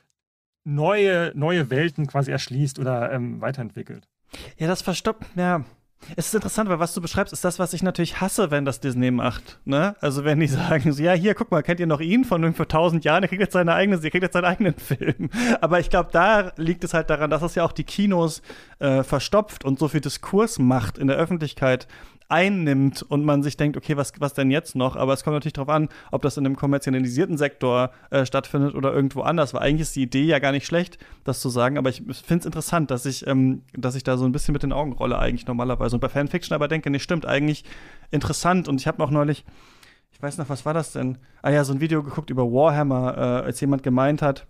neue Welten quasi erschließt oder weiterentwickelt. Ja, das verstoppt, ja. Es ist interessant, weil was du beschreibst, ist das, was ich natürlich hasse, wenn das Disney macht. Ne? Also wenn die sagen, so, ja, hier, guck mal, kennt ihr noch ihn von vor 1000 Jahren? Der kriegt jetzt seinen eigenen Film. Aber ich glaube, da liegt es halt daran, dass es ja auch die Kinos verstopft und so viel Diskurs macht in der Öffentlichkeit einnimmt und man sich denkt, okay, was denn jetzt noch? Aber es kommt natürlich darauf an, ob das in einem kommerzialisierten Sektor stattfindet oder irgendwo anders. Weil eigentlich ist die Idee ja gar nicht schlecht, das zu sagen. Aber ich finde es interessant, dass ich da so ein bisschen mit den Augen rolle eigentlich normalerweise. Und bei Fanfiction aber denke, nee, stimmt, eigentlich interessant. Und ich habe noch neulich, ich weiß noch, was war das denn? So ein Video geguckt über Warhammer, als jemand gemeint hat,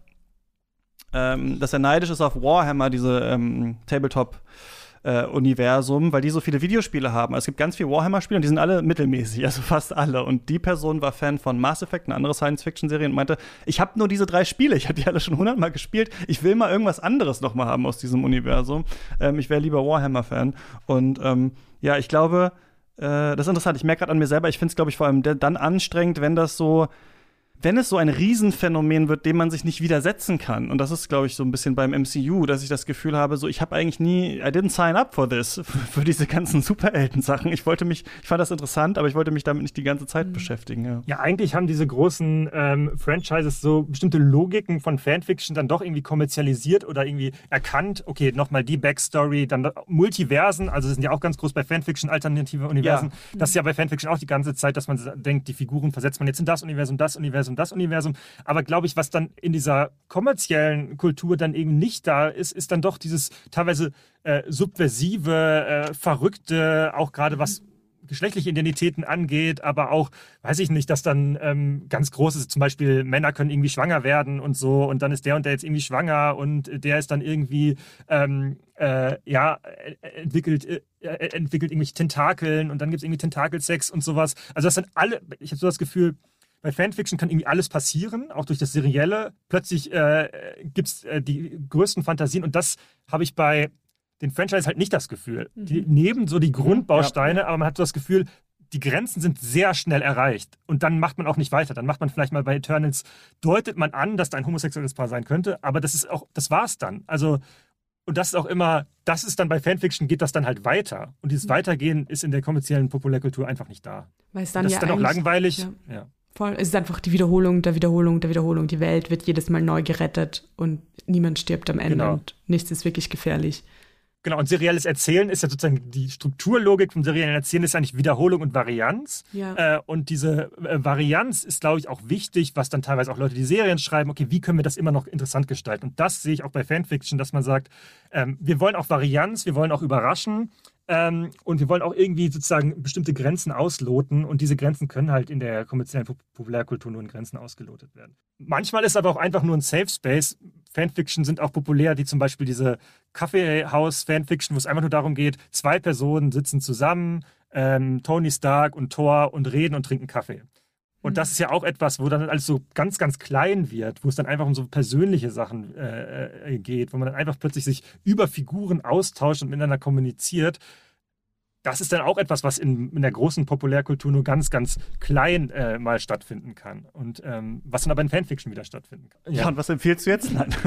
dass er neidisch ist auf Warhammer, diese Tabletop Universum, weil die so viele Videospiele haben. Also es gibt ganz viele Warhammer-Spiele und die sind alle mittelmäßig, also fast alle. Und die Person war Fan von Mass Effect, eine andere Science-Fiction-Serie, und meinte, ich habe nur diese 3 Spiele, ich habe die alle schon 100-mal gespielt, ich will mal irgendwas anderes noch mal haben aus diesem Universum. Ich wäre lieber Warhammer-Fan. Und ich glaube, das ist interessant. Ich merke gerade an mir selber, ich finde es, glaube ich, vor allem dann anstrengend, wenn es so ein Riesenphänomen wird, dem man sich nicht widersetzen kann. Und das ist, glaube ich, so ein bisschen beim MCU, dass ich das Gefühl habe, so, ich habe eigentlich I didn't sign up for this, für diese ganzen Superhelden-Sachen. Ich fand das interessant, aber ich wollte mich damit nicht die ganze Zeit beschäftigen. Ja, eigentlich haben diese großen Franchises so bestimmte Logiken von Fanfiction dann doch irgendwie kommerzialisiert oder irgendwie erkannt. Okay, nochmal die Backstory, dann Multiversen, also das sind ja auch ganz groß bei Fanfiction, alternative Universen. Ja. Das ist ja bei Fanfiction auch die ganze Zeit, dass man denkt, die Figuren versetzt man jetzt in das Universum, das Universum. Aber glaube ich, was dann in dieser kommerziellen Kultur dann eben nicht da ist, ist dann doch dieses teilweise subversive, verrückte, auch gerade was geschlechtliche Identitäten angeht, aber auch, weiß ich nicht, dass dann ganz groß ist, zum Beispiel Männer können irgendwie schwanger werden und so und dann ist der und der jetzt irgendwie schwanger und der ist dann irgendwie entwickelt irgendwelche Tentakeln und dann gibt es irgendwie Tentakelsex und sowas. Also das sind ich habe so das Gefühl, bei Fanfiction kann irgendwie alles passieren, auch durch das Serielle. Plötzlich gibt es die größten Fantasien und das habe ich bei den Franchises halt nicht das Gefühl. Die nehmen so die Grundbausteine, aber man hat so das Gefühl, die Grenzen sind sehr schnell erreicht und dann macht man auch nicht weiter. Dann macht man vielleicht mal bei Eternals, deutet man an, dass da ein homosexuelles Paar sein könnte, aber das war's dann. Also, und das ist auch immer, das ist dann bei Fanfiction, geht das dann halt weiter. Und dieses Weitergehen ist in der kommerziellen Populärkultur einfach nicht da. Weil es dann das ist dann auch langweilig. Ja. Voll. Es ist einfach die Wiederholung der Wiederholung der Wiederholung. Die Welt wird jedes Mal neu gerettet und niemand stirbt am Ende und nichts ist wirklich gefährlich. Genau, und serielles Erzählen ist ja sozusagen die Strukturlogik vom seriellen Erzählen ist eigentlich Wiederholung und Varianz. Ja. Und diese Varianz ist, glaube ich, auch wichtig, was dann teilweise auch Leute, die Serien schreiben, okay, wie können wir das immer noch interessant gestalten? Und das sehe ich auch bei Fanfiction, dass man sagt, wir wollen auch Varianz, wir wollen auch überraschen. Und wir wollen auch irgendwie sozusagen bestimmte Grenzen ausloten und diese Grenzen können halt in der kommerziellen Populärkultur nur in Grenzen ausgelotet werden. Manchmal ist aber auch einfach nur ein Safe Space. Fanfiction sind auch populär, die zum Beispiel diese Kaffeehaus-Fanfiction, wo es einfach nur darum geht, 2 Personen sitzen zusammen, Tony Stark und Thor und reden und trinken Kaffee. Und das ist ja auch etwas, wo dann alles so ganz, ganz klein wird, wo es dann einfach um so persönliche Sachen geht, wo man dann einfach plötzlich sich über Figuren austauscht und miteinander kommuniziert. Das ist dann auch etwas, was in der großen Populärkultur nur ganz, ganz klein mal stattfinden kann. Und was dann aber in Fanfiction wieder stattfinden kann. Ja, und was empfiehlst du jetzt? Nein.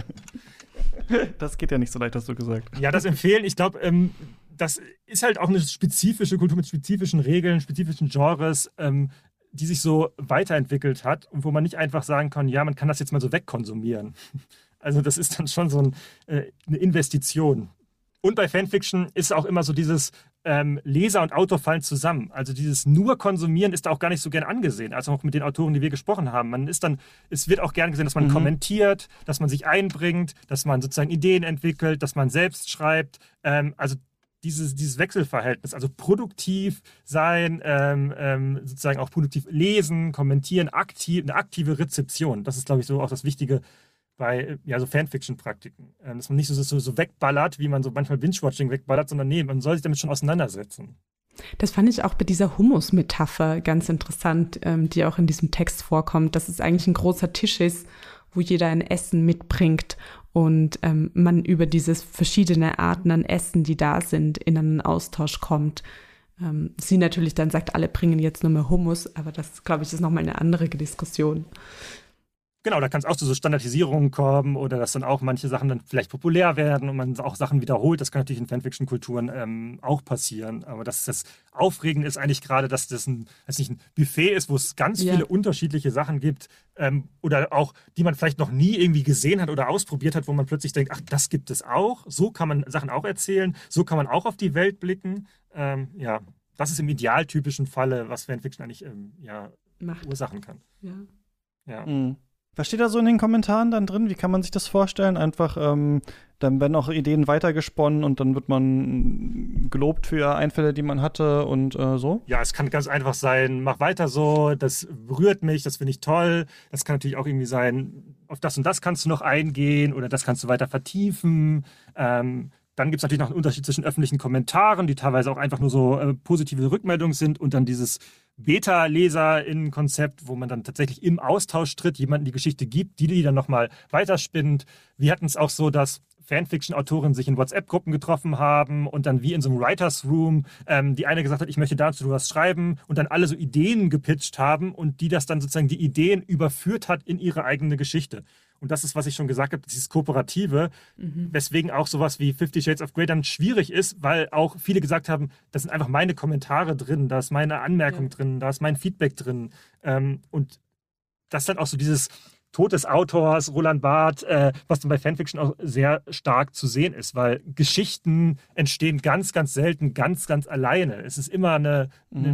Das geht ja nicht so leicht, hast du gesagt. Ja, das empfehlen, ich glaube, das ist halt auch eine spezifische Kultur mit spezifischen Regeln, spezifischen Genres, die sich so weiterentwickelt hat und wo man nicht einfach sagen kann, ja, man kann das jetzt mal so wegkonsumieren. Also das ist dann schon so eine Investition. Und bei Fanfiction ist auch immer so dieses Leser und Autor fallen zusammen. Also dieses nur Konsumieren ist da auch gar nicht so gern angesehen, also auch mit den Autoren, die wir gesprochen haben. Es wird auch gern gesehen, dass man kommentiert, dass man sich einbringt, dass man sozusagen Ideen entwickelt, dass man selbst schreibt. Also dieses Wechselverhältnis, also produktiv sein, sozusagen auch produktiv lesen, kommentieren, eine aktive Rezeption. Das ist, glaube ich, so auch das Wichtige bei so Fanfiction-Praktiken. Dass man nicht so wegballert, wie man so manchmal Binge-Watching wegballert, sondern nee, man soll sich damit schon auseinandersetzen. Das fand ich auch bei dieser Hummus-Metapher ganz interessant, die auch in diesem Text vorkommt, dass es eigentlich ein großer Tisch ist, wo jeder ein Essen mitbringt und man über dieses verschiedene Arten an Essen, die da sind, in einen Austausch kommt. Sie natürlich dann sagt, alle bringen jetzt nur mehr Hummus, aber das, glaube ich, ist nochmal eine andere Diskussion. Genau, da kann es auch zu so Standardisierungen kommen oder dass dann auch manche Sachen dann vielleicht populär werden und man auch Sachen wiederholt. Das kann natürlich in Fanfiction-Kulturen auch passieren. Aber das Aufregende ist eigentlich gerade, dass das ein Buffet ist, wo es ganz viele unterschiedliche Sachen gibt oder auch, die man vielleicht noch nie irgendwie gesehen hat oder ausprobiert hat, wo man plötzlich denkt, ach, das gibt es auch. So kann man Sachen auch erzählen. So kann man auch auf die Welt blicken. Das ist im idealtypischen Falle, was Fanfiction eigentlich ursachen kann. Ja. Mhm. Was steht da so in den Kommentaren dann drin? Wie kann man sich das vorstellen? Einfach, dann werden auch Ideen weitergesponnen und dann wird man gelobt für Einfälle, die man hatte und so? Ja, es kann ganz einfach sein, mach weiter so, das berührt mich, das finde ich toll. Das kann natürlich auch irgendwie sein, auf das und das kannst du noch eingehen oder das kannst du weiter vertiefen. Dann gibt es natürlich noch einen Unterschied zwischen öffentlichen Kommentaren, die teilweise auch einfach nur so positive Rückmeldungen sind und dann dieses Beta-LeserInnen-Konzept, wo man dann tatsächlich im Austausch tritt, jemandem die Geschichte gibt, die dann nochmal weiterspinnt. Wir hatten es auch so, dass Fanfiction-Autorinnen sich in WhatsApp-Gruppen getroffen haben und dann wie in so einem Writers Room die eine gesagt hat, ich möchte dazu was schreiben und dann alle so Ideen gepitcht haben und die das dann sozusagen die Ideen überführt hat in ihre eigene Geschichte. Und das ist, was ich schon gesagt habe, dieses Kooperative, weswegen auch sowas wie 50 Shades of Grey dann schwierig ist, weil auch viele gesagt haben, das sind einfach meine Kommentare drin, da ist meine Anmerkung drin, da ist mein Feedback drin. Und das ist dann auch so dieses Tod des Autors, Roland Barth, was dann bei Fanfiction auch sehr stark zu sehen ist, weil Geschichten entstehen ganz, ganz selten, ganz, ganz alleine. Es ist immer ein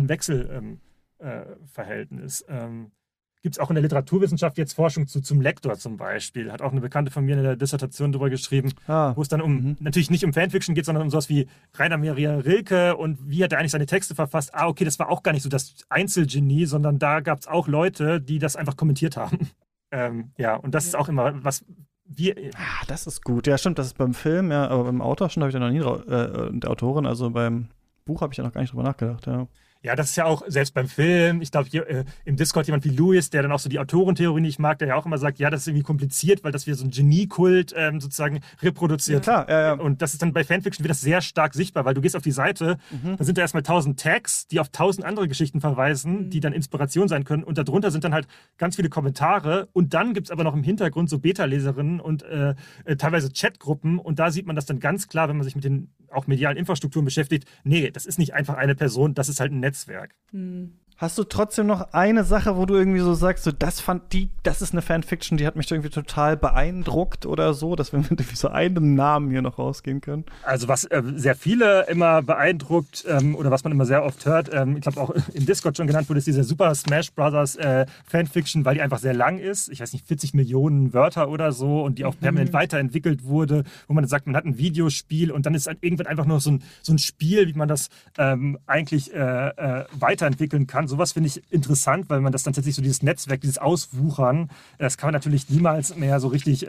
Wechselverhältnis. Gibt es auch in der Literaturwissenschaft jetzt Forschung zum Lektor zum Beispiel. Hat auch eine Bekannte von mir in der Dissertation darüber geschrieben, wo es dann natürlich nicht um Fanfiction geht, sondern um sowas wie Rainer Maria Rilke und wie hat er eigentlich seine Texte verfasst. Okay, das war auch gar nicht so das Einzelgenie, sondern da gab es auch Leute, die das einfach kommentiert haben. Und das ist auch immer was das ist gut. Ja, stimmt, das ist beim Film, ja, aber beim Autor schon habe ich da noch nie der Autorin, also beim Buch habe ich da noch gar nicht drüber nachgedacht, ja. Ja, das ist ja auch, selbst beim Film, ich glaube, hier im Discord jemand wie Louis, der dann auch so die Autorentheorie nicht mag, der ja auch immer sagt, ja, das ist irgendwie kompliziert, weil das wieder so ein Geniekult sozusagen reproduziert. Ja, klar, ja. Und das ist dann bei Fanfiction wieder sehr stark sichtbar, weil du gehst auf die Seite, da sind da erstmal 1000 Tags, die auf 1000 andere Geschichten verweisen, die dann Inspiration sein können und darunter sind dann halt ganz viele Kommentare und dann gibt es aber noch im Hintergrund so Beta-Leserinnen und teilweise Chatgruppen und da sieht man das dann ganz klar, wenn man sich mit den auch medialen Infrastrukturen beschäftigt, nee, das ist nicht einfach eine Person, das ist halt ein Netzwerk. Hast du trotzdem noch eine Sache, wo du irgendwie so sagst, so, das ist eine Fanfiction, die hat mich irgendwie total beeindruckt oder so, dass wir mit irgendwie so einem Namen hier noch rausgehen können? Also was sehr viele immer beeindruckt oder was man immer sehr oft hört, ich glaube auch im Discord schon genannt wurde, ist diese Super Smash Brothers Fanfiction, weil die einfach sehr lang ist. Ich weiß nicht, 40 Millionen Wörter oder so und die auch permanent weiterentwickelt wurde, wo man sagt, man hat ein Videospiel und dann ist irgendwann einfach nur so ein Spiel, wie man das eigentlich weiterentwickeln kann. Sowas finde ich interessant, weil man das dann tatsächlich so dieses Netzwerk, dieses Auswuchern, das kann man natürlich niemals mehr so richtig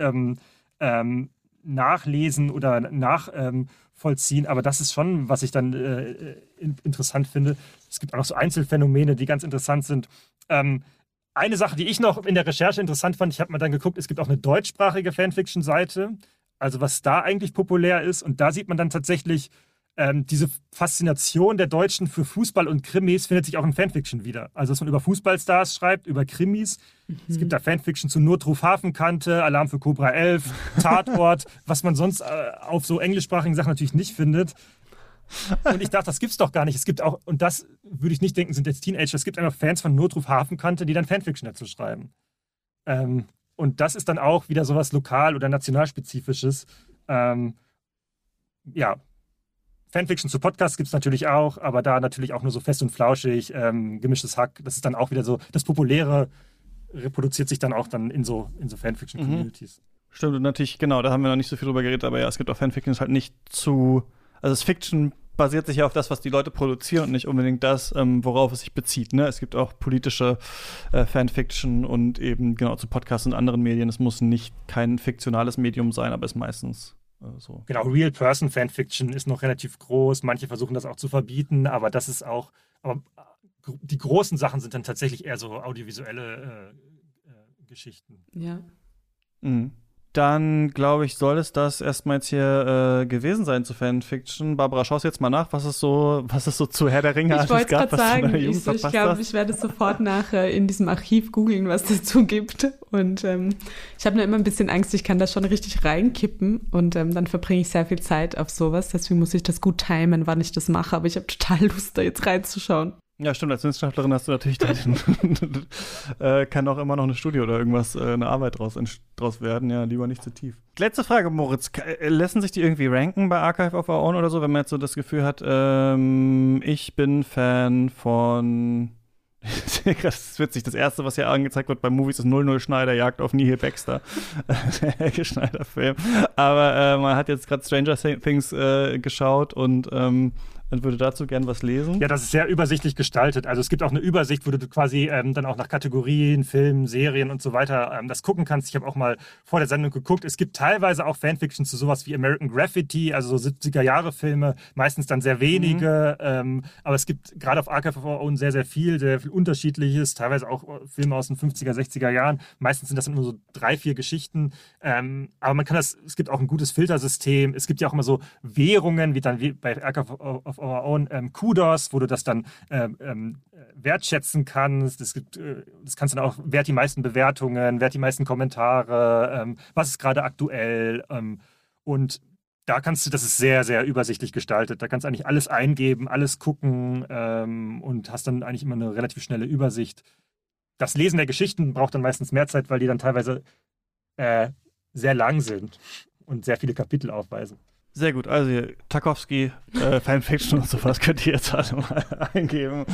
nachlesen oder nachvollziehen, aber das ist schon, was ich dann interessant finde. Es gibt auch noch so Einzelfänomene, die ganz interessant sind. Eine Sache, die ich noch in der Recherche interessant fand, ich habe mal dann geguckt, es gibt auch eine deutschsprachige Fanfiction-Seite, also was da eigentlich populär ist und da sieht man dann tatsächlich diese Faszination der Deutschen für Fußball und Krimis findet sich auch in Fanfiction wieder. Also, dass man über Fußballstars schreibt, über Krimis. Es gibt da Fanfiction zu Notruf Hafenkante, Alarm für Cobra 11, Tatort, was man sonst auf so englischsprachigen Sachen natürlich nicht findet. Und ich dachte, das gibt's doch gar nicht. Es gibt auch, und das würde ich nicht denken, sind jetzt Teenager, es gibt einfach Fans von Notruf Hafenkante, die dann Fanfiction dazu schreiben. Und das ist dann auch wieder sowas lokal- oder nationalspezifisches. Fanfiction zu Podcasts gibt es natürlich auch, aber da natürlich auch nur so fest und flauschig, gemischtes Hack. Das ist dann auch wieder so, das Populäre reproduziert sich dann auch dann in so Fanfiction-Communities. Stimmt, und natürlich, genau, da haben wir noch nicht so viel drüber geredet, aber ja, es gibt auch Fanfiction, das halt nicht also das Fiction basiert sich ja auf das, was die Leute produzieren und nicht unbedingt das, worauf es sich bezieht. Ne? Es gibt auch politische Fanfiction und eben genau zu Podcasts und anderen Medien. Es muss nicht kein fiktionales Medium sein, aber ist meistens so. Genau, Real-Person-Fanfiction ist noch relativ groß. Manche versuchen das auch zu verbieten, aber das ist auch, aber die großen Sachen sind dann tatsächlich eher so audiovisuelle Geschichten. Ja. Mhm. Dann, glaube ich, soll es das erstmal jetzt hier gewesen sein zu Fanfiction. Barbara, schaust jetzt mal nach, was es so zu Herr der Ringe alles gab. Ich wollte gerade sagen, ich glaube, ich werde sofort nachher in diesem Archiv googeln, was dazu gibt. Und ich habe nur immer ein bisschen Angst, ich kann da schon richtig reinkippen. Und dann verbringe ich sehr viel Zeit auf sowas. Deswegen muss ich das gut timen, wann ich das mache. Aber ich habe total Lust, da jetzt reinzuschauen. Ja, stimmt, als Wissenschaftlerin hast du natürlich kann auch immer noch eine Studie oder irgendwas, eine Arbeit draus werden. Ja, lieber nicht zu tief. Letzte Frage, Moritz. Lassen sich die irgendwie ranken bei Archive of Our Own oder so, wenn man jetzt so das Gefühl hat, ich bin Fan von das ist witzig, das erste, was hier angezeigt wird bei Movies, ist 00 Schneider Jagd auf Nihil Baxter. Der Helge Schneider-Film. Aber man hat jetzt gerade Stranger Things geschaut und würde dazu gern was lesen. Ja, das ist sehr übersichtlich gestaltet. Also es gibt auch eine Übersicht, wo du quasi dann auch nach Kategorien, Filmen, Serien und so weiter das gucken kannst. Ich habe auch mal vor der Sendung geguckt. Es gibt teilweise auch Fanfiction zu sowas wie American Graffiti, also so 70er-Jahre-Filme, meistens dann sehr wenige. Aber es gibt gerade auf Archive of Our Own sehr, sehr viel Unterschiedliches, teilweise auch Filme aus den 50er, 60er Jahren. Meistens sind das nur so 3, 4 Geschichten. Aber man kann es gibt auch ein gutes Filtersystem. Es gibt ja auch immer so Währungen, wie bei Archive of Our Own Kudos, wo du das dann wertschätzen kannst. Das kannst du dann auch, wer hat die meisten Bewertungen, wer hat die meisten Kommentare, was ist gerade aktuell. Und da kannst du, das ist sehr, sehr übersichtlich gestaltet. Da kannst du eigentlich alles eingeben, alles gucken und hast dann eigentlich immer eine relativ schnelle Übersicht. Das Lesen der Geschichten braucht dann meistens mehr Zeit, weil die dann teilweise sehr lang sind und sehr viele Kapitel aufweisen. Sehr gut, also hier, Tarkovsky, Fanfiction und sowas könnt ihr jetzt alle mal eingeben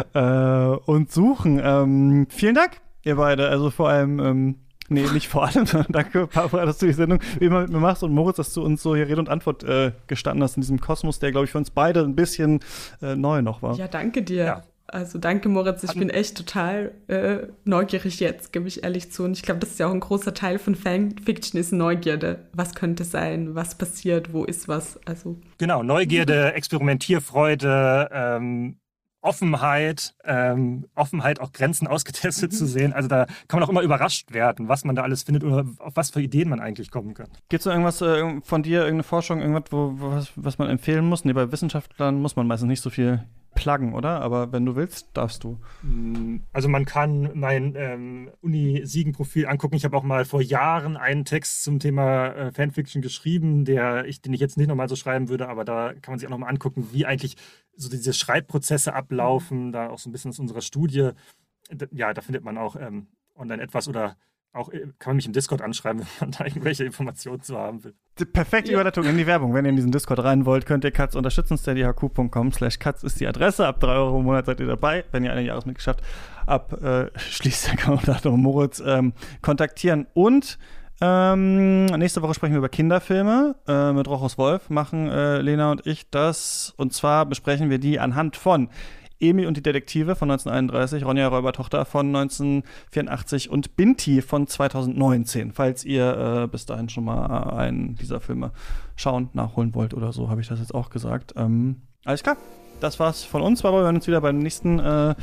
und suchen. Vielen Dank, ihr beide. Also vor allem, nicht vor allem, sondern danke, Barbara, dass du die Sendung wie immer mit mir machst und Moritz, dass du uns so hier Rede und Antwort gestanden hast in diesem Kosmos, der, glaube ich, für uns beide ein bisschen neu noch war. Ja, danke dir. Ja. Also danke, Moritz. Ich bin echt total neugierig jetzt, gebe ich ehrlich zu. Und ich glaube, das ist ja auch ein großer Teil von Fanfiction, ist Neugierde. Was könnte sein? Was passiert? Wo ist was? Also genau, Neugierde, Experimentierfreude, Offenheit, auch Grenzen ausgetestet zu sehen. Also da kann man auch immer überrascht werden, was man da alles findet oder auf was für Ideen man eigentlich kommen kann. Gibt es irgendwas von dir, irgendeine Forschung, irgendwas, was man empfehlen muss? Nee, bei Wissenschaftlern muss man meistens nicht so viel pluggen, oder? Aber wenn du willst, darfst du. Also man kann mein Uni-Siegen-Profil angucken. Ich habe auch mal vor Jahren einen Text zum Thema Fanfiction geschrieben, den ich jetzt nicht nochmal so schreiben würde, aber da kann man sich auch nochmal angucken, wie eigentlich so diese Schreibprozesse ablaufen, da auch so ein bisschen aus unserer Studie. Ja, da findet man auch online etwas oder auch kann man mich im Discord anschreiben, wenn man da irgendwelche Informationen zu haben will. Die perfekte Überleitung in die Werbung. Wenn ihr in diesen Discord rein wollt, könnt ihr Katz unterstützen. steadyhq.com/katz ist die Adresse. Ab 3 € im Monat seid ihr dabei. Wenn ihr eine Jahresmitgliedschaft schließt, dann kann man da Moritz kontaktieren. Und nächste Woche sprechen wir über Kinderfilme. Mit Rochus Wolf machen Lena und ich das. Und zwar besprechen wir die anhand von Emil und die Detektive von 1931, Ronja Räubertochter von 1984 und Binti von 2019. Falls ihr bis dahin schon mal einen dieser Filme nachholen wollt oder so, habe ich das jetzt auch gesagt. Alles klar, das war's von uns. Wir hören uns wieder bei der nächsten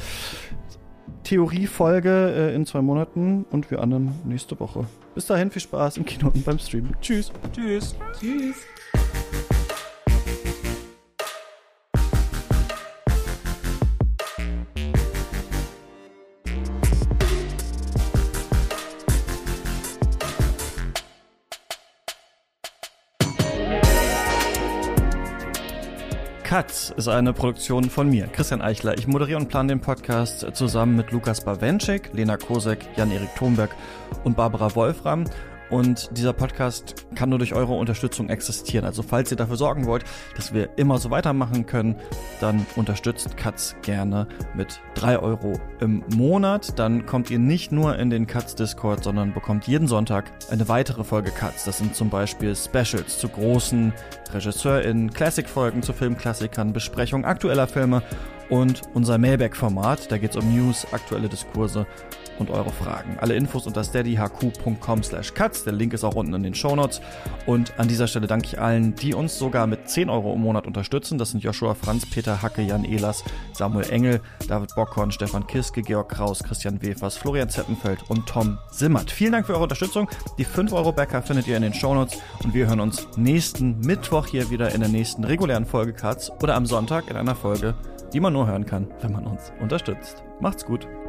Theoriefolge in 2 Monaten und wir anderen nächste Woche. Bis dahin, viel Spaß im Kino und beim Streamen. Tschüss. Tschüss. Tschüss. Katz ist eine Produktion von mir, Christian Eichler. Ich moderiere und plane den Podcast zusammen mit Lukas Bawenschik, Lena Kosek, Jan-Erik Thomberg und Barbara Wolfram. Und dieser Podcast kann nur durch eure Unterstützung existieren. Also falls ihr dafür sorgen wollt, dass wir immer so weitermachen können, dann unterstützt Katz gerne mit 3 € im Monat. Dann kommt ihr nicht nur in den Katz Discord, sondern bekommt jeden Sonntag eine weitere Folge Katz. Das sind zum Beispiel Specials zu großen RegisseurInnen, Classic-Folgen zu Filmklassikern, Besprechungen aktueller Filme und unser Mailback-Format. Da geht es um News, aktuelle Diskurse und eure Fragen. Alle Infos unter steadyhq.com/katz. Der Link ist auch unten in den Shownotes. Und an dieser Stelle danke ich allen, die uns sogar mit 10 € im Monat unterstützen. Das sind Joshua Franz, Peter Hacke, Jan Ehlers, Samuel Engel, David Bockhorn, Stefan Kiske, Georg Kraus, Christian Wefers, Florian Zeppenfeld und Tom Simmert. Vielen Dank für eure Unterstützung. Die 5-Euro-Bäcker findet ihr in den Shownotes. Und wir hören uns nächsten Mittwoch hier wieder in der nächsten regulären Folge Katz oder am Sonntag in einer Folge, die man nur hören kann, wenn man uns unterstützt. Macht's gut.